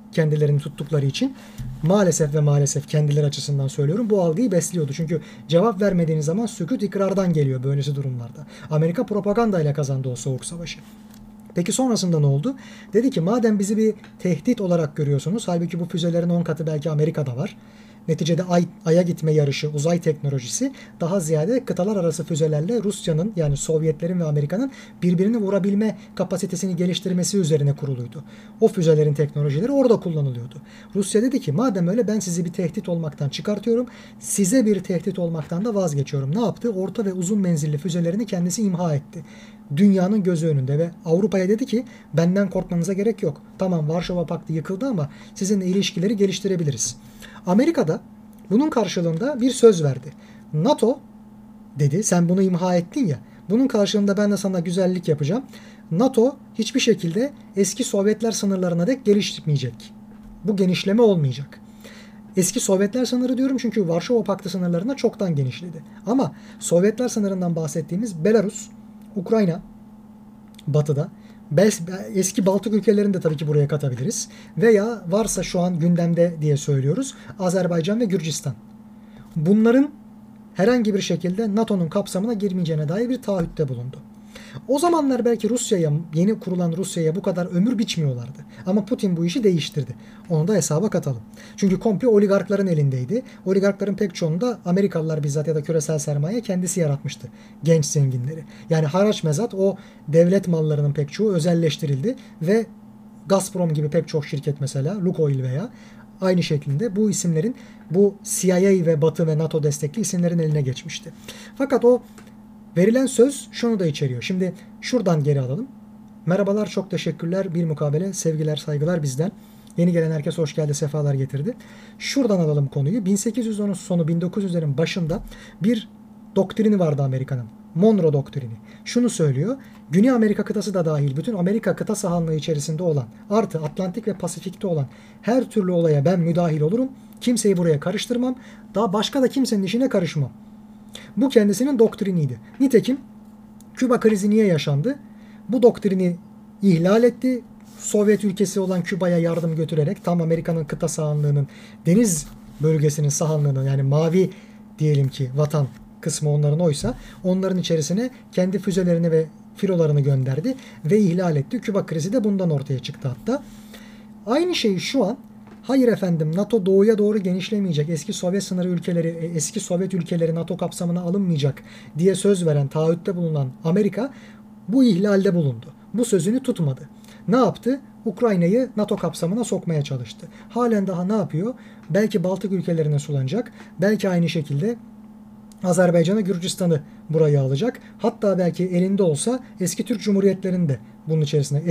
kendilerini tuttukları için maalesef ve maalesef kendileri açısından söylüyorum bu algıyı besliyordu. Çünkü cevap vermediğiniz zaman sükût ikrardan geliyor böylesi durumlarda. Amerika propagandayla kazandı o soğuk savaşı. Peki sonrasında ne oldu? Dedi ki madem bizi bir tehdit olarak görüyorsunuz, halbuki bu füzelerin 10 katı belki Amerika'da var. Neticede Ay'a gitme yarışı, uzay teknolojisi daha ziyade kıtalar arası füzelerle Rusya'nın yani Sovyetlerin ve Amerika'nın birbirini vurabilme kapasitesini geliştirmesi üzerine kuruluydu. O füzelerin teknolojileri orada kullanılıyordu. Rusya dedi ki madem öyle ben sizi bir tehdit olmaktan çıkartıyorum, size bir tehdit olmaktan da vazgeçiyorum. Ne yaptı? Orta ve uzun menzilli füzelerini kendisi imha etti. Dünyanın gözü önünde ve Avrupa'ya dedi ki benden korkmanıza gerek yok. Tamam Varşova Paktı yıkıldı ama sizinle ilişkileri geliştirebiliriz. Amerika'da bunun karşılığında bir söz verdi. NATO dedi sen bunu imha ettin ya. Bunun karşılığında ben de sana güzellik yapacağım. NATO hiçbir şekilde eski Sovyetler sınırlarına dek gelişmeyecek. Bu genişleme olmayacak. Eski Sovyetler sınırı diyorum çünkü Varşova Paktı sınırlarına çoktan genişledi. Ama Sovyetler sınırından bahsettiğimiz Belarus, Ukrayna, batıda, eski Baltık ülkelerini de tabii ki buraya katabiliriz. Veya varsa şu an gündemde diye söylüyoruz Azerbaycan ve Gürcistan. Bunların herhangi bir şekilde NATO'nun kapsamına girmeyeceğine dair bir taahhütte bulundu. O zamanlar belki Rusya'ya, yeni kurulan Rusya'ya bu kadar ömür biçmiyorlardı. Ama Putin bu işi değiştirdi. Onu da hesaba katalım. Çünkü komple oligarkların elindeydi. Oligarkların pek çoğunu da Amerikalılar bizzat ya da küresel sermaye kendisi yaratmıştı. Genç zenginleri. Yani haraç mezat o devlet mallarının pek çoğu özelleştirildi ve Gazprom gibi pek çok şirket mesela Lukoil veya aynı şekilde bu isimlerin bu CIA ve Batı ve NATO destekli isimlerin eline geçmişti. Fakat o verilen söz şunu da içeriyor. Şimdi şuradan geri alalım. Merhabalar, çok teşekkürler. Bir mukabele, sevgiler, saygılar bizden. Yeni gelen herkes hoş geldi, sefalar getirdi. Şuradan alalım konuyu. 1810'un sonu, 1900'lerin başında bir doktrini vardı Amerika'nın. Monroe doktrini. Şunu söylüyor. Güney Amerika kıtası da dahil bütün Amerika kıta sahanlığı içerisinde olan artı Atlantik ve Pasifik'te olan her türlü olaya ben müdahil olurum. Kimseyi buraya karıştırmam. Daha başka da kimsenin işine karışmam. Bu kendisinin doktriniydi. Nitekim Küba krizi niye yaşandı? Bu doktrini ihlal etti. Sovyet ülkesi olan Küba'ya yardım götürerek tam Amerika'nın kıta sahanlığının deniz bölgesinin sahanlığının yani mavi diyelim ki vatan kısmı onların oysa onların içerisine kendi füzelerini ve filolarını gönderdi ve ihlal etti. Küba krizi de bundan ortaya çıktı hatta. Aynı şeyi şu an hayır efendim NATO doğuya doğru genişlemeyecek. Eski Sovyet sınırı ülkeleri, eski Sovyet ülkeleri NATO kapsamına alınmayacak diye söz veren, taahhütte bulunan Amerika bu ihlalde bulundu. Bu sözünü tutmadı. Ne yaptı? Ukrayna'yı NATO kapsamına sokmaya çalıştı. Halen daha ne yapıyor? Belki Baltık ülkelerine sulanacak. Belki aynı şekilde Azerbaycan'ı, Gürcistan'ı buraya alacak. Hatta belki elinde olsa eski Türk Cumhuriyetlerini de bunun içerisine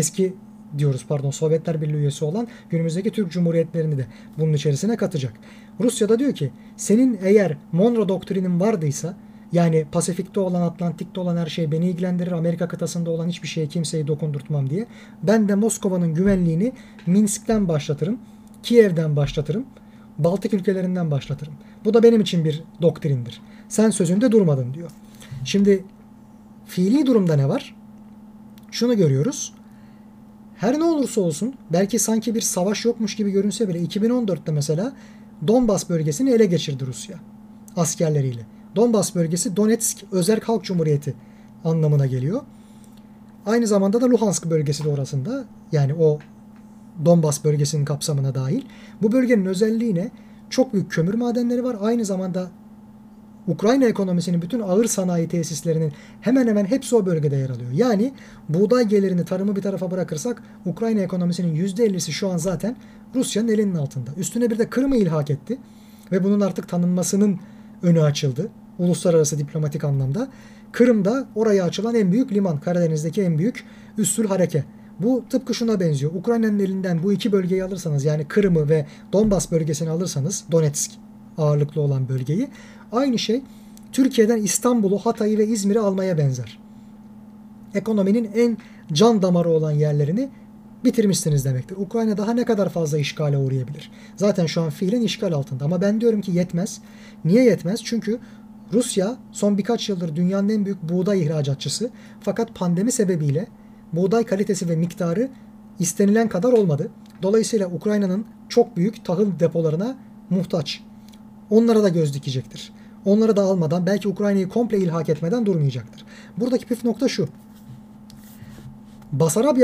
Sovyetler Birliği üyesi olan günümüzdeki Türk Cumhuriyetlerini de bunun içerisine katacak. Rusya da diyor ki senin eğer Monroe doktrinin vardıysa yani Pasifik'te olan, Atlantik'te olan her şey beni ilgilendirir. Amerika kıtasında olan hiçbir şeye kimseyi dokundurtmam diye. Ben de Moskova'nın güvenliğini Minsk'ten başlatırım. Kiev'den başlatırım. Baltık ülkelerinden başlatırım. Bu da benim için bir doktrindir. Sen sözünde durmadın diyor. Şimdi fiili durumda ne var? Şunu görüyoruz. Her ne olursa olsun belki sanki bir savaş yokmuş gibi görünse bile 2014'te mesela Donbas bölgesini ele geçirdi Rusya askerleriyle. Donbas bölgesi Donetsk Özerk Halk Cumhuriyeti anlamına geliyor. Aynı zamanda da Luhansk bölgesi de orasında. Yani o Donbas bölgesinin kapsamına dahil. Bu bölgenin özelliği ne? Çok büyük kömür madenleri var. Aynı zamanda Ukrayna ekonomisinin bütün ağır sanayi tesislerinin hemen hemen hepsi o bölgede yer alıyor. Yani buğday gelirini, tarımı bir tarafa bırakırsak Ukrayna ekonomisinin %50'si şu an zaten Rusya'nın elinin altında. Üstüne bir de Kırım'ı ilhak etti ve bunun artık tanınmasının önü açıldı. Uluslararası diplomatik anlamda. Kırım'da oraya açılan en büyük liman. Karadeniz'deki en büyük üssül hareke. Bu tıpkı şuna benziyor. Ukrayna'nın elinden bu iki bölgeyi alırsanız yani Kırım'ı ve Donbas bölgesini alırsanız Donetsk ağırlıklı olan bölgeyi aynı şey Türkiye'den İstanbul'u, Hatay'ı ve İzmir'i almaya benzer. Ekonominin en can damarı olan yerlerini bitirmişsiniz demektir. Ukrayna daha ne kadar fazla işgale uğrayabilir? Zaten şu an fiilen işgal altında ama ben diyorum ki yetmez. Niye yetmez? Çünkü Rusya son birkaç yıldır dünyanın en büyük buğday ihracatçısı. Fakat pandemi sebebiyle buğday kalitesi ve miktarı istenilen kadar olmadı. Dolayısıyla Ukrayna'nın çok büyük tahıl depolarına muhtaç. Onlara da göz dikecektir. Onları da almadan, belki Ukrayna'yı komple ilhak etmeden durmayacaktır. Buradaki püf nokta şu. Basarabya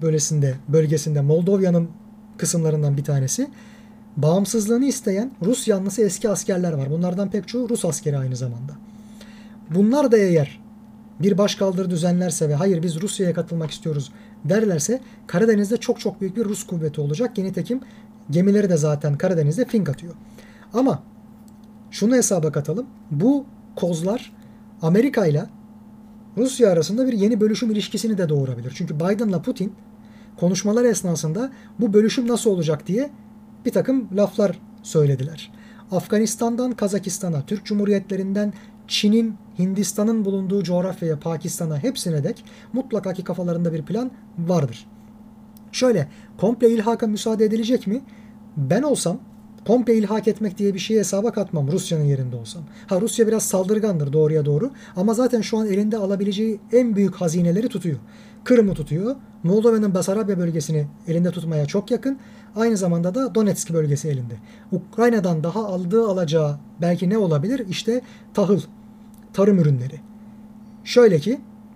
bölgesinde Moldova'nın kısımlarından bir tanesi, bağımsızlığını isteyen Rus yanlısı eski askerler var. Bunlardan pek çoğu Rus askeri aynı zamanda. Bunlar da eğer bir başkaldırı düzenlerse ve hayır biz Rusya'ya katılmak istiyoruz derlerse, Karadeniz'de çok çok büyük bir Rus kuvveti olacak. Nitekim gemileri de zaten Karadeniz'de fink atıyor. Ama şunu hesaba katalım. Bu kozlar Amerika ile Rusya arasında bir yeni bölüşüm ilişkisini de doğurabilir. Çünkü Biden'la Putin konuşmalar esnasında bu bölüşüm nasıl olacak diye bir takım laflar söylediler. Afganistan'dan Kazakistan'a, Türk Cumhuriyetlerinden Çin'in, Hindistan'ın bulunduğu coğrafyaya, Pakistan'a, hepsine dek mutlaka ki kafalarında bir plan vardır. Şöyle, komple ilhaka müsaade edilecek mi? Ben olsam komple ilhak etmek diye bir şeyi hesaba katmam Rusya'nın yerinde olsam. Ha, Rusya biraz saldırgandır doğruya doğru ama zaten şu an elinde alabileceği en büyük hazineleri tutuyor. Kırım'ı tutuyor. Moldova'nın Basarabya bölgesini elinde tutmaya çok yakın. Aynı zamanda da Donetsk bölgesi elinde. Ukrayna'dan daha alacağı belki ne olabilir? İşte tahıl, tarım ürünleri. Şöyle ki,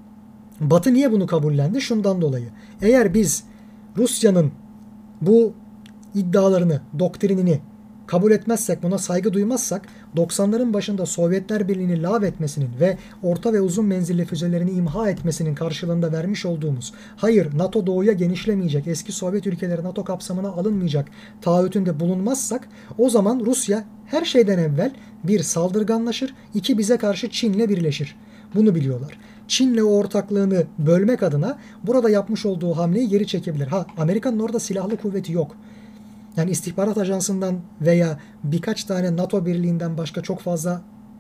Batı niye bunu kabullendi? Şundan dolayı. Eğer biz Rusya'nın bu iddialarını, doktrinini kabul etmezsek, buna saygı duymazsak, 90'ların başında Sovyetler Birliği'ni lağvetmesinin ve orta ve uzun menzilli füzelerini imha etmesinin karşılığında vermiş olduğumuz, hayır NATO doğuya genişlemeyecek, eski Sovyet ülkeleri NATO kapsamına alınmayacak taahhütünde bulunmazsak, o zaman Rusya her şeyden evvel bir saldırganlaşır, iki bize karşı Çin'le birleşir. Bunu biliyorlar. Çin'le o ortaklığını bölmek adına burada yapmış olduğu hamleyi geri çekebilir. Ha, Amerika'nın orada silahlı kuvveti yok. Yani istihbarat ajansından veya birkaç tane NATO birliğinden başka çok fazla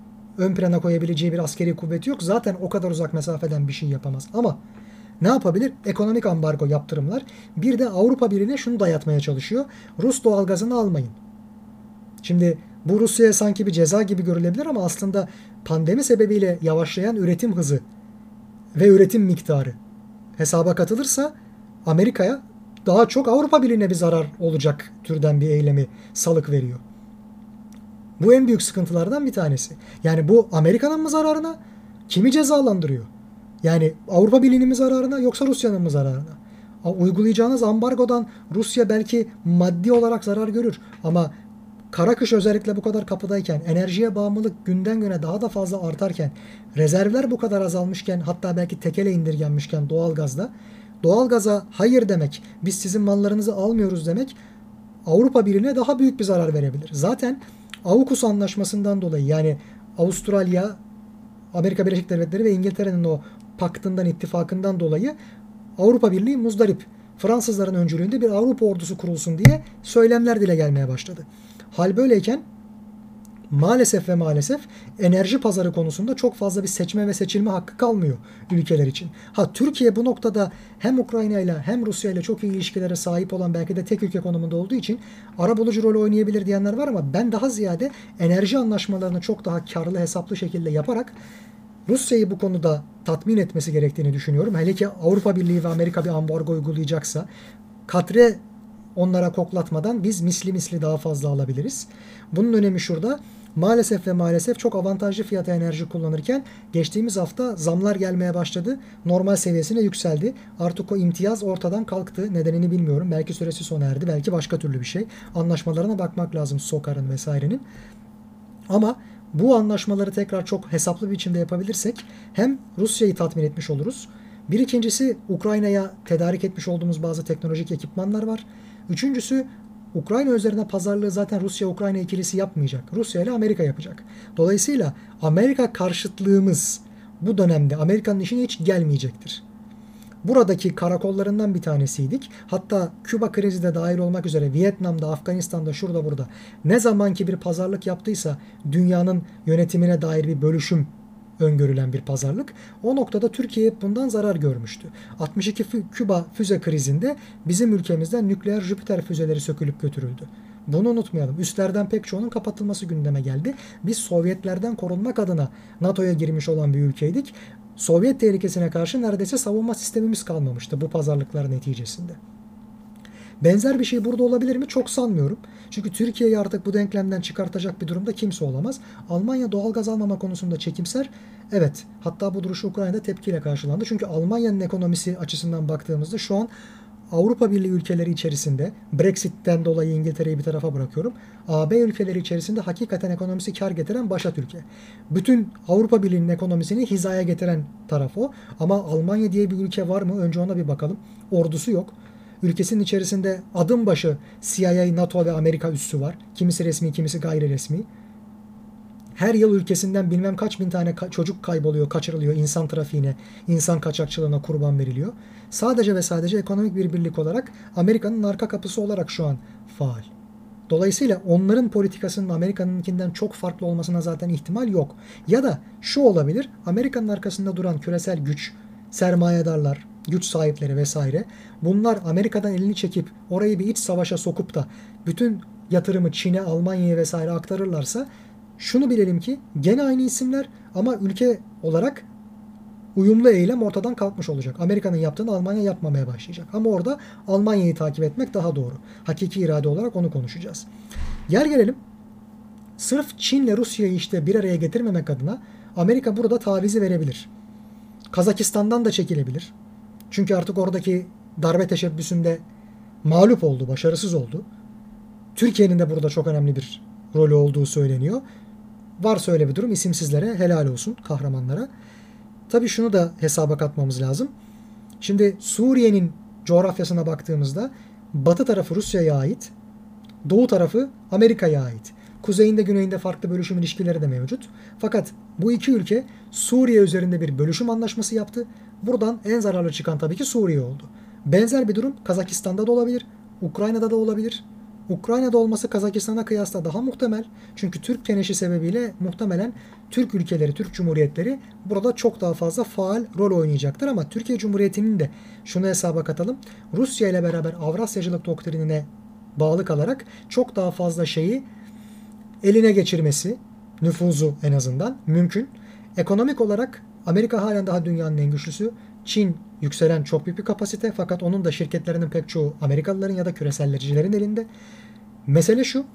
ön plana koyabileceği bir askeri kuvveti yok. Zaten o kadar uzak mesafeden bir şey yapamaz. Ama ne yapabilir? Ekonomik ambargo yaptırımlar. Bir de Avrupa Birliği'ne şunu dayatmaya çalışıyor. Rus doğalgazını almayın. Şimdi bu Rusya'ya sanki bir ceza gibi görülebilir ama aslında pandemi sebebiyle yavaşlayan üretim hızı ve üretim miktarı hesaba katılırsa Amerika'ya daha çok Avrupa Birliği'ne bir zarar olacak türden bir eylemi salık veriyor. Bu en büyük sıkıntılardan bir tanesi. Yani bu Amerika'nın mı zararına? Kimi cezalandırıyor? Yani Avrupa Birliği'nin mi zararına yoksa Rusya'nın mı zararına? Uygulayacağınız ambargodan Rusya belki maddi olarak zarar görür ama kara kış özellikle bu kadar kapıdayken, enerjiye bağımlılık günden güne daha da fazla artarken, rezervler bu kadar azalmışken, hatta belki tekele indirgenmişken doğalgaza hayır demek, biz sizin mallarınızı almıyoruz demek Avrupa Birliği'ne daha büyük bir zarar verebilir. Zaten AUKUS anlaşmasından dolayı, yani Avustralya, Amerika Birleşik Devletleri ve İngiltere'nin o paktından, ittifakından dolayı Avrupa Birliği muzdarip. Fransızların öncülüğünde bir Avrupa ordusu kurulsun diye söylemler dile gelmeye başladı. Hal böyleyken maalesef enerji pazarı konusunda çok fazla bir seçme ve seçilme hakkı kalmıyor ülkeler için. Ha, Türkiye bu noktada hem Ukrayna ile hem Rusya ile çok iyi ilişkilere sahip olan belki de tek ülke konumunda olduğu için arabulucu rol oynayabilir diyenler var ama ben daha ziyade enerji anlaşmalarını çok daha karlı, hesaplı şekilde yaparak Rusya'yı bu konuda tatmin etmesi gerektiğini düşünüyorum. Hele ki Avrupa Birliği ve Amerika bir ambargo uygulayacaksa katre onlara koklatmadan biz misli daha fazla alabiliriz. Bunun önemi şurada. Maalesef çok avantajlı fiyata enerji kullanırken geçtiğimiz hafta zamlar gelmeye başladı. Normal seviyesine yükseldi. Artık o imtiyaz ortadan kalktı. Nedenini bilmiyorum. Belki süresi sona erdi. Belki başka türlü bir şey. Anlaşmalarına bakmak lazım, SOCAR'ın vesairenin. Ama bu anlaşmaları tekrar çok hesaplı bir biçimde yapabilirsek hem Rusya'yı tatmin etmiş oluruz. Bir ikincisi, Ukrayna'ya tedarik etmiş olduğumuz bazı teknolojik ekipmanlar var. Üçüncüsü, Ukrayna üzerine pazarlığı zaten Rusya-Ukrayna ikilisi yapmayacak. Rusya ile Amerika yapacak. Dolayısıyla Amerika karşıtlığımız bu dönemde Amerika'nın işine hiç gelmeyecektir. Buradaki karakollarından bir tanesiydik. Hatta Küba krizi de dahil olmak üzere Vietnam'da, Afganistan'da, şurada burada ne zamanki bir pazarlık yaptıysa dünyanın yönetimine dair bir bölüşüm öngörülen bir pazarlık. O noktada Türkiye bundan zarar görmüştü. 62 Küba füze krizinde bizim ülkemizden nükleer Jüpiter füzeleri sökülüp götürüldü. Bunu unutmayalım. Üslerden pek çoğunun kapatılması gündeme geldi. Biz Sovyetlerden korunmak adına NATO'ya girmiş olan bir ülkeydik. Sovyet tehlikesine karşı neredeyse savunma sistemimiz kalmamıştı bu pazarlıklar neticesinde. Benzer bir şey burada olabilir mi? Çok sanmıyorum. Çünkü Türkiye'yi artık bu denklemden çıkartacak bir durumda kimse olamaz. Almanya doğalgaz almama konusunda çekimser. Evet. Hatta bu duruşu Ukrayna'da tepkiyle karşılandı. Çünkü Almanya'nın ekonomisi açısından baktığımızda şu an Avrupa Birliği ülkeleri içerisinde, Brexit'ten dolayı İngiltere'yi bir tarafa bırakıyorum, AB ülkeleri içerisinde hakikaten ekonomisi kar getiren başat ülke. Bütün Avrupa Birliği'nin ekonomisini hizaya getiren taraf o. Ama Almanya diye bir ülke var mı? Önce ona bir bakalım. Ordusu yok. Ülkesinin içerisinde adım başı CIA, NATO ve Amerika üssü var. Kimisi resmi, kimisi gayri resmi. Her yıl ülkesinden bilmem kaç bin tane çocuk kayboluyor, kaçırılıyor, insan trafiğine, insan kaçakçılığına kurban veriliyor. Sadece ve sadece ekonomik bir birlik olarak Amerika'nın arka kapısı olarak şu an faal. Dolayısıyla onların politikasının Amerika'nınkinden çok farklı olmasına zaten ihtimal yok. Ya da şu olabilir, Amerika'nın arkasında duran küresel güç, sermayedarlar, güç sahipleri vesaire, bunlar Amerika'dan elini çekip orayı bir iç savaşa sokup da bütün yatırımı Çin'e, Almanya'ya vesaire aktarırlarsa şunu bilelim ki gene aynı isimler ama ülke olarak uyumlu eylem ortadan kalkmış olacak. Amerika'nın yaptığını Almanya yapmamaya başlayacak. Ama orada Almanya'yı takip etmek daha doğru. Hakiki irade olarak onu konuşacağız. Gel gelelim. Sırf Çin'le Rusya'yı işte bir araya getirmemek adına Amerika burada tavizi verebilir. Kazakistan'dan da çekilebilir. Çünkü artık oradaki darbe teşebbüsünde mağlup oldu, başarısız oldu. Türkiye'nin de burada çok önemli bir rolü olduğu söyleniyor. Varsa öyle bir durum, isimsizlere helal olsun, kahramanlara. Tabii şunu da hesaba katmamız lazım. Şimdi Suriye'nin coğrafyasına baktığımızda batı tarafı Rusya'ya ait, doğu tarafı Amerika'ya ait. Kuzeyinde güneyinde farklı bölüşüm ilişkileri de mevcut. Fakat bu iki ülke Suriye üzerinde bir bölüşüm anlaşması yaptı. Buradan en zararlı çıkan tabii ki Suriye oldu. Benzer bir durum Kazakistan'da da olabilir, Ukrayna'da da olabilir. Ukrayna'da olması Kazakistan'a kıyasla daha muhtemel. Çünkü Türk teneşi sebebiyle muhtemelen Türk ülkeleri, Türk Cumhuriyetleri burada çok daha fazla faal rol oynayacaktır. Ama Türkiye Cumhuriyeti'nin de şunu hesaba katalım. Rusya ile beraber Avrasyacılık doktrinine bağlı kalarak çok daha fazla şeyi eline geçirmesi, nüfuzu en azından mümkün. Ekonomik olarak Amerika halen daha dünyanın en güçlüsü. Çin yükselen çok büyük bir kapasite fakat onun da şirketlerinin pek çoğu Amerikalıların ya da küreselcilerin elinde. Mesele şu,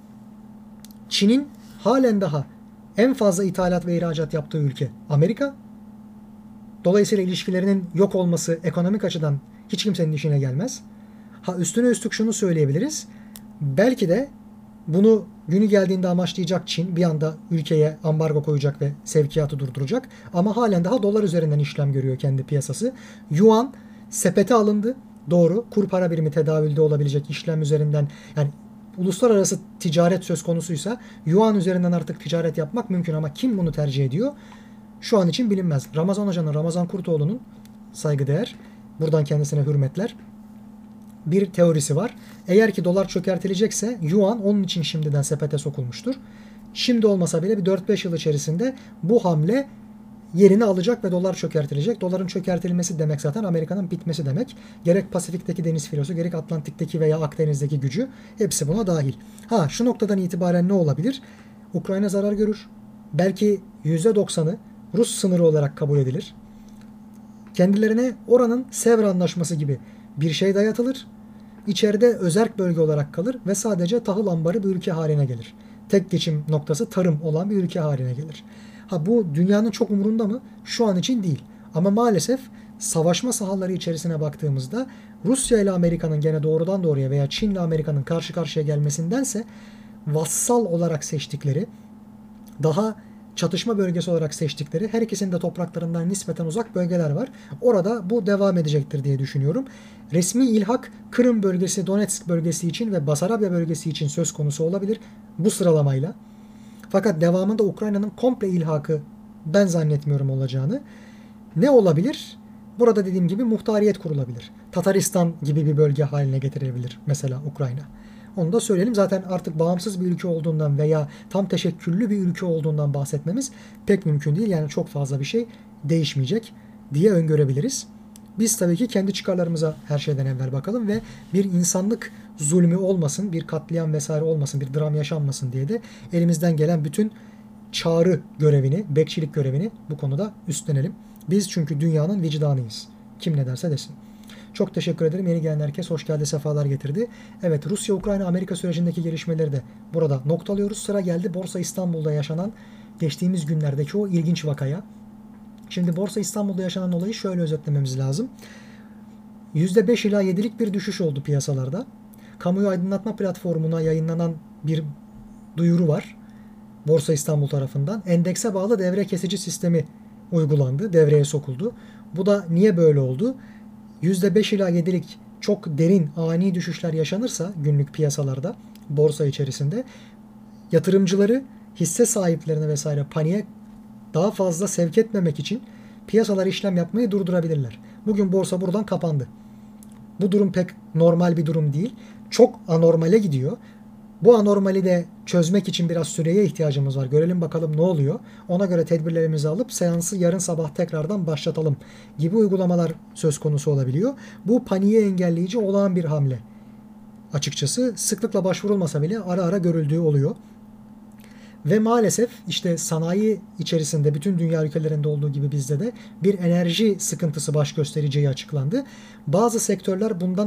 Çin'in halen daha en fazla ithalat ve ihracat yaptığı ülke Amerika. Dolayısıyla ilişkilerinin yok olması ekonomik açıdan hiç kimsenin işine gelmez. Ha üstüne üstlük şunu söyleyebiliriz. Belki de bunu günü geldiğinde amaçlayacak Çin bir anda ülkeye ambargo koyacak ve sevkiyatı durduracak. Ama halen daha dolar üzerinden işlem görüyor kendi piyasası. Yuan sepete alındı. Doğru. Kur para birimi tedavülde olabilecek işlem üzerinden yani uluslararası ticaret söz konusuysa Yuan üzerinden artık ticaret yapmak mümkün ama kim bunu tercih ediyor? Şu an için bilinmez. Ramazan Hoca'nın, Ramazan Kurtoğlu'nun saygıdeğer, buradan kendisine hürmetler, bir teorisi var. Eğer ki dolar çökertilecekse yuan onun için şimdiden sepete sokulmuştur. Şimdi olmasa bile bir 4-5 yıl içerisinde bu hamle yerini alacak ve dolar çökertilecek. Doların çökertilmesi demek zaten Amerika'nın bitmesi demek. Gerek Pasifik'teki deniz filosu, gerek Atlantik'teki veya Akdeniz'deki gücü hepsi buna dahil. Ha şu noktadan itibaren ne olabilir? Ukrayna zarar görür. Belki %90'ı Rus sınırı olarak kabul edilir. Kendilerine oranın Sevr Anlaşması gibi bir şey dayatılır. İçeride özerk bölge olarak kalır ve sadece tahıl ambarı bir ülke haline gelir. Tek geçim noktası tarım olan bir ülke haline gelir. Ha bu dünyanın çok umurunda mı? Şu an için değil. Ama maalesef savaşma sahaları içerisine baktığımızda Rusya ile Amerika'nın gene doğrudan doğruya veya Çin ile Amerika'nın karşı karşıya gelmesindense vassal olarak seçtikleri, daha çatışma bölgesi olarak seçtikleri her ikisinin de topraklarından nispeten uzak bölgeler var. Orada bu devam edecektir diye düşünüyorum. Resmi ilhak Kırım bölgesi, Donetsk bölgesi için ve Basarabya bölgesi için söz konusu olabilir bu sıralamayla. Fakat devamında Ukrayna'nın komple ilhakı ben zannetmiyorum olacağını. Ne olabilir? Burada dediğim gibi muhtariyet kurulabilir. Tataristan gibi bir bölge haline getirebilir mesela Ukrayna. Onu da söyleyelim. Zaten artık bağımsız bir ülke olduğundan veya tam teşekküllü bir ülke olduğundan bahsetmemiz pek mümkün değil. Yani çok fazla bir şey değişmeyecek diye öngörebiliriz. Biz tabii ki kendi çıkarlarımıza her şeyden evvel bakalım ve bir insanlık zulmü olmasın, bir katliam vesaire olmasın, bir dram yaşanmasın diye de elimizden gelen bütün çağrı görevini, bekçilik görevini bu konuda üstlenelim. Biz çünkü dünyanın vicdanıyız. Kim ne derse desin. Çok teşekkür ederim. Yeni gelen herkes hoş geldi, sefalar getirdi. Evet, Rusya-Ukrayna-Amerika sürecindeki gelişmeleri de burada noktalıyoruz. Sıra geldi Borsa İstanbul'da yaşanan geçtiğimiz günlerdeki o ilginç vakaya. Şimdi Borsa İstanbul'da yaşanan olayı şöyle özetlememiz lazım. %5 ila 7'lik bir düşüş oldu piyasalarda. Kamuoyu aydınlatma platformuna yayınlanan bir duyuru var. Borsa İstanbul tarafından. Endekse bağlı devre kesici sistemi uygulandı, devreye sokuldu. Bu da niye böyle oldu? %5 ila 7'lik çok derin, ani düşüşler yaşanırsa günlük piyasalarda, borsa içerisinde yatırımcıları, hisse sahiplerine vesaire paniğe daha fazla sevk etmemek için piyasalar işlem yapmayı durdurabilirler. Bugün borsa buradan kapandı. Bu durum pek normal bir durum değil. Çok anormale gidiyor. Bu anormali de çözmek için biraz süreye ihtiyacımız var. Görelim bakalım ne oluyor. Ona göre tedbirlerimizi alıp seansı yarın sabah tekrardan başlatalım gibi uygulamalar söz konusu olabiliyor. Bu paniği engelleyici olağan bir hamle. Açıkçası sıklıkla başvurulmasa bile ara ara görüldüğü oluyor. Ve maalesef işte sanayi içerisinde bütün dünya ülkelerinde olduğu gibi bizde de bir enerji sıkıntısı baş göstereceği açıklandı. Bazı sektörler bundan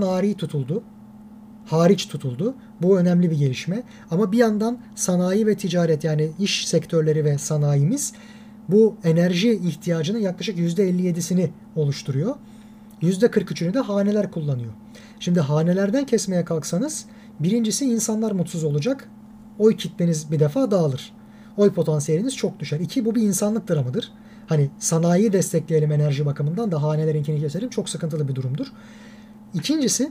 hariç tutuldu. Bu önemli bir gelişme. Ama bir yandan sanayi ve ticaret, yani iş sektörleri ve sanayimiz bu enerji ihtiyacının yaklaşık %57'sini oluşturuyor. %43'ünü de haneler kullanıyor. Şimdi hanelerden kesmeye kalksanız birincisi insanlar mutsuz olacak. Oy kitleniz bir defa dağılır. Oy potansiyeliniz çok düşer. İki, bu bir insanlık dramıdır. Hani sanayiyi destekleyelim enerji bakımından da hanelerinkini keselim, çok sıkıntılı bir durumdur. İkincisi,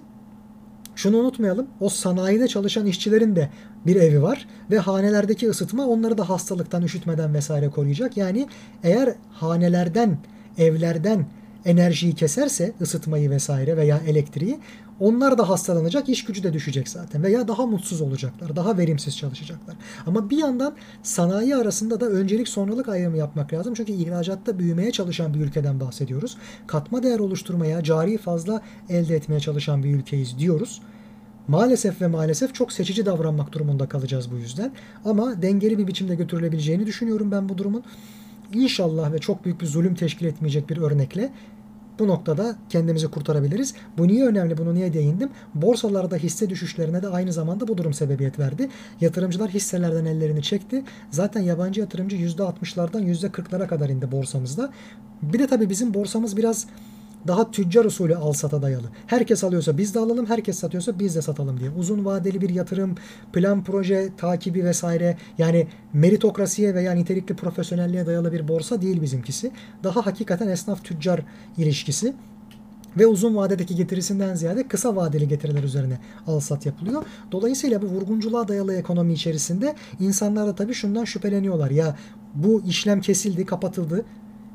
şunu unutmayalım. O sanayide çalışan işçilerin de bir evi var ve hanelerdeki ısıtma onları da hastalıktan, üşütmeden vesaire koruyacak. Yani eğer hanelerden, evlerden enerjiyi keserse, ısıtmayı vesaire veya elektriği, onlar da hastalanacak, iş gücü de düşecek zaten veya daha mutsuz olacaklar, daha verimsiz çalışacaklar. Ama bir yandan sanayi arasında da öncelik sonralık ayrımı yapmak lazım. Çünkü ihracatta büyümeye çalışan bir ülkeden bahsediyoruz. Katma değer oluşturmaya, cari fazla elde etmeye çalışan bir ülkeyiz diyoruz. Maalesef ve maalesef çok seçici davranmak durumunda kalacağız bu yüzden. Ama dengeli bir biçimde götürülebileceğini düşünüyorum ben bu durumun. İnşallah ve çok büyük bir zulüm teşkil etmeyecek bir örnekle bu noktada kendimizi kurtarabiliriz. Bu niye önemli? Bunu niye değindim? Borsalarda hisse düşüşlerine de aynı zamanda bu durum sebebiyet verdi. Yatırımcılar hisselerden ellerini çekti. Zaten yabancı yatırımcı %60'lardan %40'lara kadar indi borsamızda. Bir de tabii bizim borsamız biraz daha tüccar usulü al sata dayalı. Herkes alıyorsa biz de alalım, herkes satıyorsa biz de satalım diye. Uzun vadeli bir yatırım, plan proje takibi vesaire, yani meritokrasiye veya nitelikli profesyonelliğe dayalı bir borsa değil bizimkisi. Daha hakikaten esnaf tüccar ilişkisi ve uzun vadedeki getirisinden ziyade kısa vadeli getiriler üzerine al sat yapılıyor. Dolayısıyla bu vurgunculuğa dayalı ekonomi içerisinde insanlar da tabii şundan şüpheleniyorlar. Ya bu işlem kesildi, kapatıldı.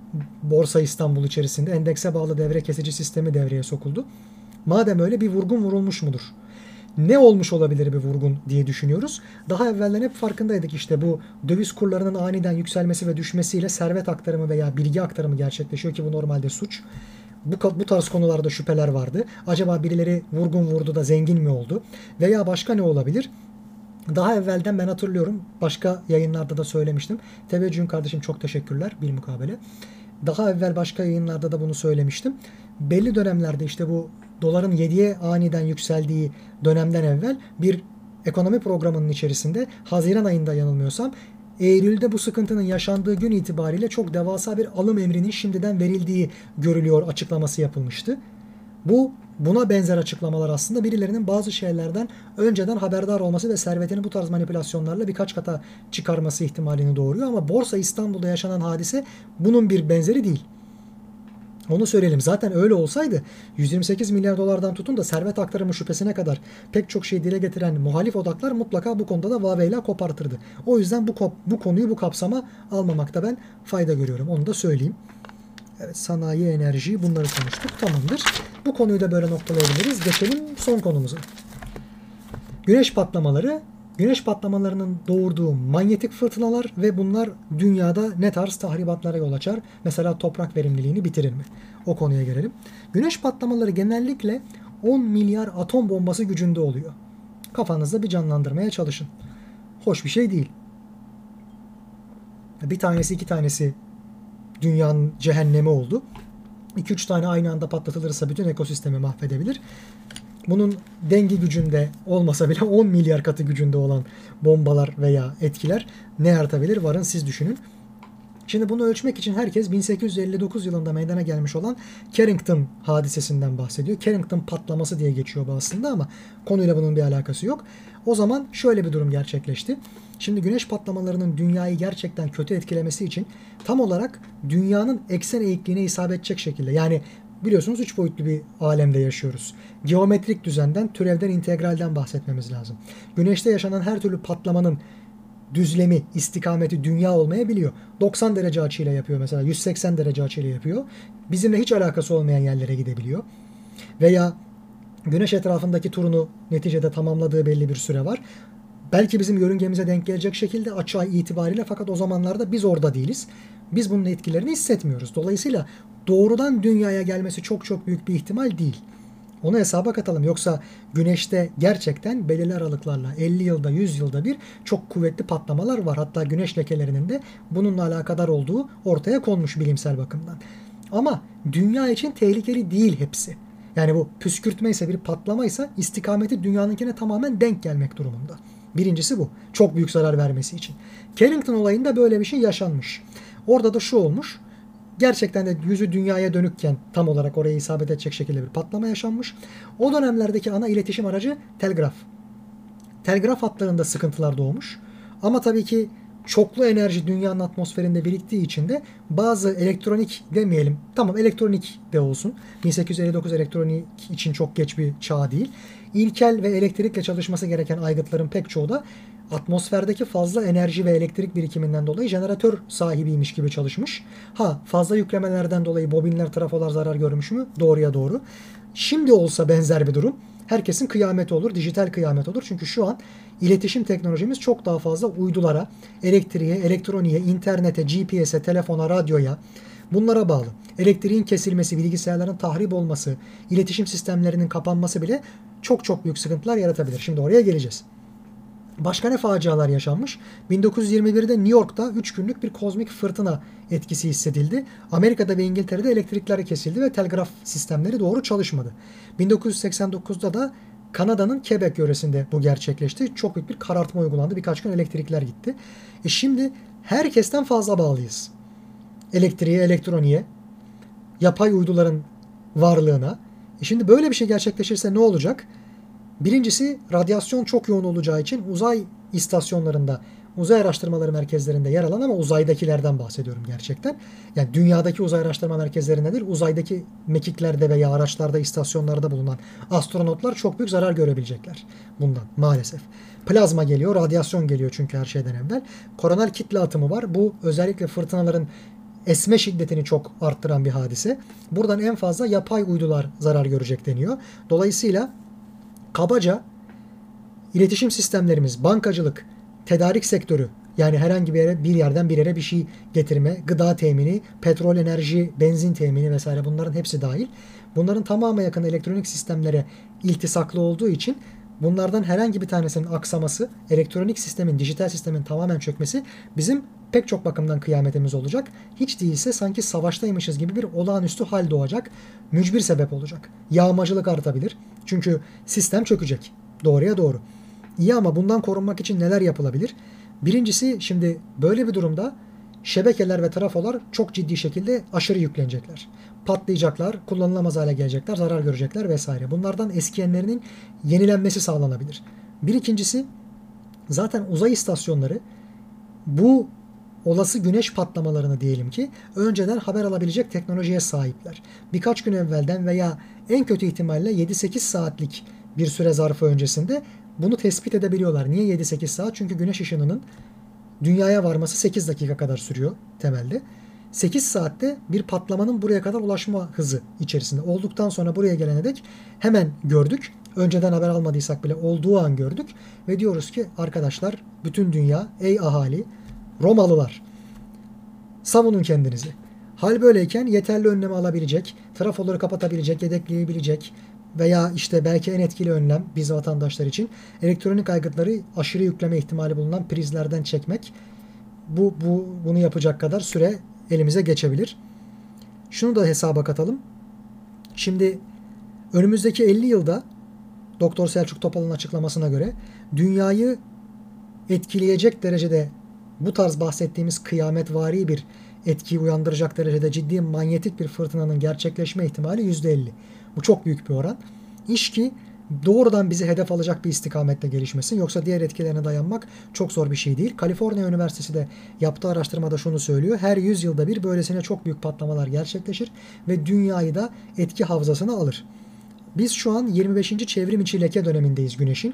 Borsa İstanbul içerisinde endekse bağlı devre kesici sistemi devreye sokuldu. Madem öyle, bir vurgun vurulmuş mudur? Ne olmuş olabilir bir vurgun diye düşünüyoruz. Daha evvelden hep farkındaydık, işte bu döviz kurlarının aniden yükselmesi ve düşmesiyle servet aktarımı veya bilgi aktarımı gerçekleşiyor ki bu normalde suç. Bu tarz konularda şüpheler vardı. Acaba birileri vurgun vurdu da zengin mi oldu? Veya başka ne olabilir? Daha evvelden ben hatırlıyorum, başka yayınlarda da söylemiştim. Teveccühün kardeşim, çok teşekkürler bilmukabele. Daha evvel başka yayınlarda da bunu söylemiştim. Belli dönemlerde işte bu doların 7'ye aniden yükseldiği dönemden evvel bir ekonomi programının içerisinde Haziran ayında yanılmıyorsam Eylül'de bu sıkıntının yaşandığı gün itibariyle çok devasa bir alım emrinin şimdiden verildiği görülüyor açıklaması yapılmıştı. Buna benzer açıklamalar aslında birilerinin bazı şeylerden önceden haberdar olması ve servetini bu tarz manipülasyonlarla birkaç kata çıkarması ihtimalini doğuruyor. Ama Borsa İstanbul'da yaşanan hadise bunun bir benzeri değil. Onu söyleyelim. Zaten öyle olsaydı 128 milyar dolardan tutun da servet aktarımı şüphesine kadar pek çok şey dile getiren muhalif odaklar mutlaka bu konuda da vaveyla kopartırdı. O yüzden bu konuyu bu kapsama almamakta ben fayda görüyorum. Onu da söyleyeyim. Evet, sanayi, enerji, bunları konuştuk. Tamamdır. Bu konuyu da böyle noktalayabiliriz. Geçelim son konumuza. Güneş patlamaları. Güneş patlamalarının doğurduğu manyetik fırtınalar ve bunlar dünyada ne tarz tahribatlara yol açar? Mesela toprak verimliliğini bitirir mi? O konuya gelelim. Güneş patlamaları genellikle 10 milyar atom bombası gücünde oluyor. Kafanızda bir canlandırmaya çalışın. Hoş bir şey değil. Bir tanesi, iki tanesi dünyanın cehennemi oldu. 2-3 tane aynı anda patlatılırsa bütün ekosistemi mahvedebilir. Bunun dengi gücünde olmasa bile 10 milyar katı gücünde olan bombalar veya etkiler ne yaratabilir? Varın siz düşünün. Şimdi bunu ölçmek için herkes 1859 yılında meydana gelmiş olan Carrington hadisesinden bahsediyor. Carrington patlaması diye geçiyor bu aslında ama konuyla bunun bir alakası yok. O zaman şöyle bir durum gerçekleşti. Şimdi güneş patlamalarının dünyayı gerçekten kötü etkilemesi için tam olarak dünyanın eksen eğikliğine isabet edecek şekilde, yani biliyorsunuz 3 boyutlu bir alemde yaşıyoruz. Geometrik düzenden, türevden, integralden bahsetmemiz lazım. Güneşte yaşanan her türlü patlamanın düzlemi, istikameti dünya olmayabiliyor. 90 derece açıyla yapıyor mesela, 180 derece açıyla yapıyor. Bizimle hiç alakası olmayan yerlere gidebiliyor. Veya güneş etrafındaki turunu neticede tamamladığı belli bir süre var. Belki bizim yörüngemize denk gelecek şekilde açı itibariyle, fakat o zamanlarda biz orada değiliz. Biz bunun etkilerini hissetmiyoruz. Dolayısıyla doğrudan dünyaya gelmesi çok çok büyük bir ihtimal değil. Onu hesaba katalım. Yoksa güneşte gerçekten belirli aralıklarla 50 yılda 100 yılda bir çok kuvvetli patlamalar var. Hatta güneş lekelerinin de bununla alakadar olduğu ortaya konmuş bilimsel bakımdan. Ama dünya için tehlikeli değil hepsi. Yani bu püskürtme ise, bir patlamaysa istikameti dünyanınkine tamamen denk gelmek durumunda. Birincisi bu. Çok büyük zarar vermesi için. Carrington olayında böyle bir şey yaşanmış. Orada da şu olmuş. Gerçekten de yüzü dünyaya dönükken tam olarak oraya isabet edecek şekilde bir patlama yaşanmış. O dönemlerdeki ana iletişim aracı telgraf. Telgraf hatlarında sıkıntılar doğmuş. Ama tabii ki çoklu enerji dünyanın atmosferinde biriktiği için de bazı elektronik demeyelim. Tamam, elektronik de olsun. 1859 elektronik için çok geç bir çağ değil. İlkel ve elektrikle çalışması gereken aygıtların pek çoğu da atmosferdeki fazla enerji ve elektrik birikiminden dolayı jeneratör sahibiymiş gibi çalışmış. Fazla yüklemelerden dolayı bobinler, trafolar zarar görmüş mü? Doğruya doğru. Şimdi olsa benzer bir durum, herkesin kıyameti olur, dijital kıyamet olur. Çünkü şu an iletişim teknolojimiz çok daha fazla uydulara, elektriğe, elektroniğe, internete, GPS'e, telefona, radyoya, bunlara bağlı. Elektriğin kesilmesi, bilgisayarların tahrip olması, iletişim sistemlerinin kapanması bile çok çok büyük sıkıntılar yaratabilir. Şimdi oraya geleceğiz. Başka ne facialar yaşanmış? 1921'de New York'ta 3 günlük bir kozmik fırtına etkisi hissedildi. Amerika'da ve İngiltere'de elektrikler kesildi ve telgraf sistemleri doğru çalışmadı. 1989'da da Kanada'nın Quebec yöresinde bu gerçekleşti. Çok büyük bir karartma uygulandı. Birkaç gün elektrikler gitti. Şimdi herkesten fazla bağlıyız. Elektriğe, elektroniğe, yapay uyduların varlığına. Şimdi böyle bir şey gerçekleşirse ne olacak? Birincisi, radyasyon çok yoğun olacağı için uzay istasyonlarında, uzay araştırmaları merkezlerinde yer alan, ama uzaydakilerden bahsediyorum gerçekten. Yani dünyadaki uzay araştırma merkezlerinde değil, uzaydaki mekiklerde veya araçlarda, istasyonlarda bulunan astronotlar çok büyük zarar görebilecekler bundan maalesef. Plazma geliyor, radyasyon geliyor çünkü her şeyden evvel. Koronal kitle atımı var. Bu özellikle fırtınaların esme şiddetini çok arttıran bir hadise. Buradan en fazla yapay uydular zarar görecek deniyor. Dolayısıyla kabaca iletişim sistemlerimiz, bankacılık, tedarik sektörü, yani herhangi bir yerden bir yere bir şey getirme, gıda temini, petrol, enerji, benzin temini vesaire, bunların hepsi dahil. Bunların tamamı yakın elektronik sistemlere iltisaklı olduğu için bunlardan herhangi bir tanesinin aksaması, elektronik sistemin, dijital sistemin tamamen çökmesi bizim pek çok bakımdan kıyametimiz olacak. Hiç değilse sanki savaştaymışız gibi bir olağanüstü hal doğacak. Mücbir sebep olacak. Yağmacılık artabilir. Çünkü sistem çökecek. Doğruya doğru. İyi, ama bundan korunmak için neler yapılabilir? Birincisi, şimdi böyle bir durumda şebekeler ve trafolar çok ciddi şekilde aşırı yüklenecekler. Patlayacaklar, kullanılamaz hale gelecekler, zarar görecekler vesaire. Bunlardan eskiyenlerinin yenilenmesi sağlanabilir. Bir ikincisi, zaten uzay istasyonları bu olası güneş patlamalarını diyelim ki önceden haber alabilecek teknolojiye sahipler. Birkaç gün evvelden veya en kötü ihtimalle 7-8 saatlik bir süre zarfı öncesinde bunu tespit edebiliyorlar. Niye 7-8 saat? Çünkü güneş ışınının dünyaya varması 8 dakika kadar sürüyor temelde. 8 saatte bir patlamanın buraya kadar ulaşma hızı içerisinde olduktan sonra buraya gelene dek hemen gördük. Önceden haber almadıysak bile olduğu an gördük. Ve diyoruz ki arkadaşlar, bütün dünya, ey ahali, Romalılar, savunun kendinizi. Hal böyleyken yeterli önlemi alabilecek, trafoları kapatabilecek, yedekleyebilecek veya işte belki en etkili önlem biz vatandaşlar için elektronik aygıtları aşırı yükleme ihtimali bulunan prizlerden çekmek. Bunu yapacak kadar süre elimize geçebilir. Şunu da hesaba katalım. Şimdi önümüzdeki 50 yılda Doktor Selçuk Topal'ın açıklamasına göre dünyayı etkileyecek derecede bu tarz bahsettiğimiz kıyametvari bir etkiyi uyandıracak derecede ciddi manyetik bir fırtınanın gerçekleşme ihtimali %50. Bu çok büyük bir oran. İş ki doğrudan bizi hedef alacak bir istikamette gelişmesin. Yoksa diğer etkilerine dayanmak çok zor bir şey değil. Kaliforniya Üniversitesi de yaptığı araştırmada şunu söylüyor. Her 100 yılda bir böylesine çok büyük patlamalar gerçekleşir ve dünyayı da etki havzasına alır. Biz şu an 25. çevrim içi leke dönemindeyiz Güneş'in.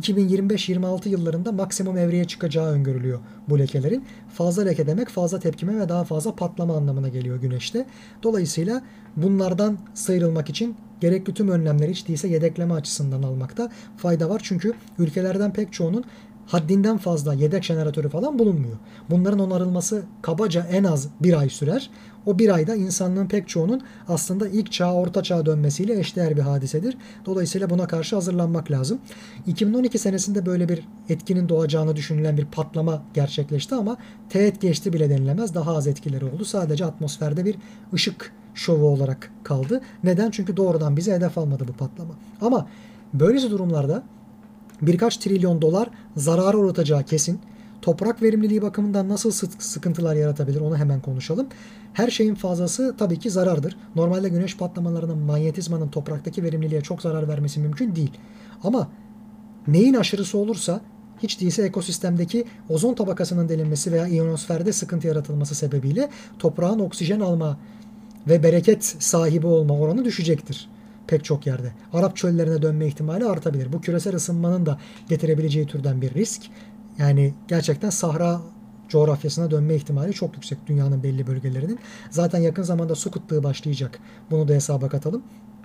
2025-26 yıllarında maksimum evreye çıkacağı öngörülüyor bu lekelerin. Fazla leke demek fazla tepkime ve daha fazla patlama anlamına geliyor Güneş'te. Dolayısıyla bunlardan sıyrılmak için gerekli tüm önlemleri hiç değilse yedekleme açısından almakta fayda var. Çünkü ülkelerden pek çoğunun haddinden fazla yedek jeneratörü falan bulunmuyor. Bunların onarılması kabaca en az bir ay sürer. O bir ayda insanlığın pek çoğunun aslında ilk çağa, orta çağa dönmesiyle eşdeğer bir hadisedir. Dolayısıyla buna karşı hazırlanmak lazım. 2012 senesinde böyle bir etkinin doğacağını düşünülen bir patlama gerçekleşti ama teğet geçti bile denilemez. Daha az etkileri oldu. Sadece atmosferde bir ışık şovu olarak kaldı. Neden? Çünkü doğrudan bize hedef almadı bu patlama. Ama böylesi durumlarda birkaç trilyon dolar zarara uğratacağı kesin. Toprak verimliliği bakımından nasıl sıkıntılar yaratabilir onu hemen konuşalım. Her şeyin fazlası tabii ki zarardır. Normalde güneş patlamalarının manyetizmanın topraktaki verimliliğe çok zarar vermesi mümkün değil. Ama neyin aşırısı olursa hiç değilse ekosistemdeki ozon tabakasının delinmesi veya ionosferde sıkıntı yaratılması sebebiyle toprağın oksijen alma ve bereket sahibi olma oranı düşecektir pek çok yerde. Arap çöllerine dönme ihtimali artabilir. Bu küresel ısınmanın da getirebileceği türden bir risk. Yani gerçekten Sahra coğrafyasına dönme ihtimali çok yüksek dünyanın belli bölgelerinin. Zaten yakın zamanda su kıtlığı başlayacak. Bunu da hesaba katalım.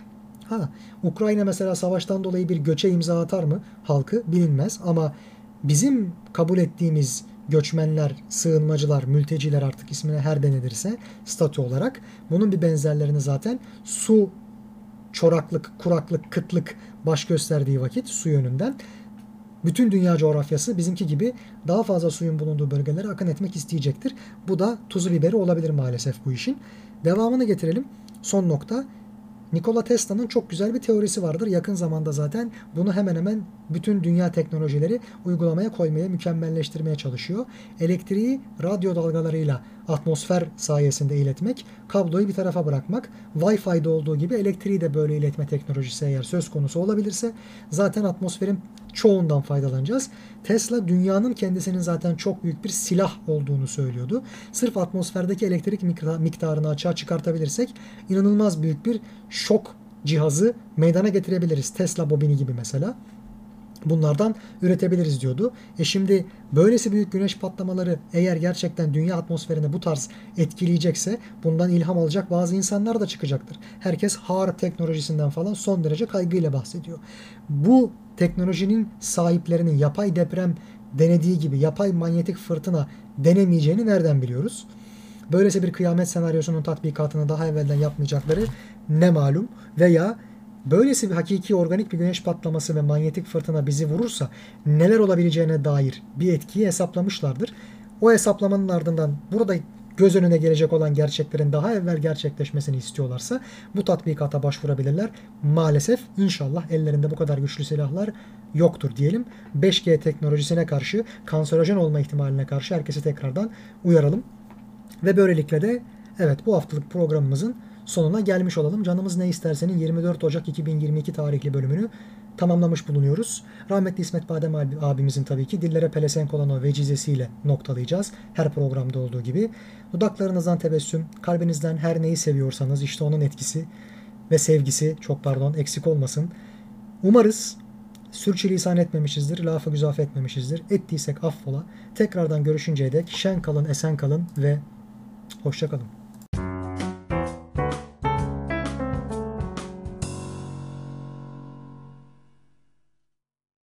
Ukrayna mesela savaştan dolayı bir göçe imza atar mı halkı bilinmez ama bizim kabul ettiğimiz göçmenler, sığınmacılar, mülteciler artık ismine her denilirse statü olarak bunun bir benzerlerini zaten su, çoraklık, kuraklık, kıtlık baş gösterdiği vakit su yönünden bütün dünya coğrafyası bizimki gibi daha fazla suyun bulunduğu bölgelere akın etmek isteyecektir. Bu da tuzu biberi olabilir maalesef bu işin. Devamını getirelim. Son nokta. Nikola Tesla'nın çok güzel bir teorisi vardır. Yakın zamanda zaten bunu hemen hemen bütün dünya teknolojileri uygulamaya koymaya, mükemmelleştirmeye çalışıyor. Elektriği radyo dalgalarıyla atmosfer sayesinde iletmek, kabloyu bir tarafa bırakmak, Wi-Fi'de olduğu gibi elektriği de böyle iletme teknolojisi eğer söz konusu olabilirse zaten atmosferin çoğundan faydalanacağız. Tesla dünyanın kendisinin zaten çok büyük bir silah olduğunu söylüyordu. Sırf atmosferdeki elektrik miktarını açığa çıkartabilirsek inanılmaz büyük bir şok cihazı meydana getirebiliriz. Tesla bobini gibi mesela. Bunlardan üretebiliriz diyordu. Şimdi böylesi büyük güneş patlamaları eğer gerçekten dünya atmosferini bu tarz etkileyecekse bundan ilham alacak bazı insanlar da çıkacaktır. Herkes HAARP teknolojisinden falan son derece kaygıyla bahsediyor. Bu teknolojinin sahiplerinin yapay deprem denediği gibi yapay manyetik fırtına denemeyeceğini nereden biliyoruz? Böylesi bir kıyamet senaryosunun tatbikatını daha evvelden yapmayacakları ne malum veya böylesi bir hakiki organik bir güneş patlaması ve manyetik fırtına bizi vurursa neler olabileceğine dair bir etkiyi hesaplamışlardır. O hesaplamanın ardından burada göz önüne gelecek olan gerçeklerin daha evvel gerçekleşmesini istiyorlarsa bu tatbikata başvurabilirler. Maalesef inşallah ellerinde bu kadar güçlü silahlar yoktur diyelim. 5G teknolojisine karşı, kanserojen olma ihtimaline karşı herkesi tekrardan uyaralım. Ve böylelikle de evet bu haftalık programımızın sonuna gelmiş olalım. Canımız ne istersenin 24 Ocak 2022 tarihli bölümünü tamamlamış bulunuyoruz. Rahmetli İsmet Badem abimizin tabii ki dillere pelesenk olan o vecizesiyle noktalayacağız. Her programda olduğu gibi. Dudaklarınızdan tebessüm, kalbinizden her neyi seviyorsanız işte onun etkisi ve sevgisi eksik olmasın. Umarız sürçülisan etmemişizdir, lafı güzafe etmemişizdir. Ettiysek affola. Tekrardan görüşünceye dek şen kalın, esen kalın ve hoşça kalın.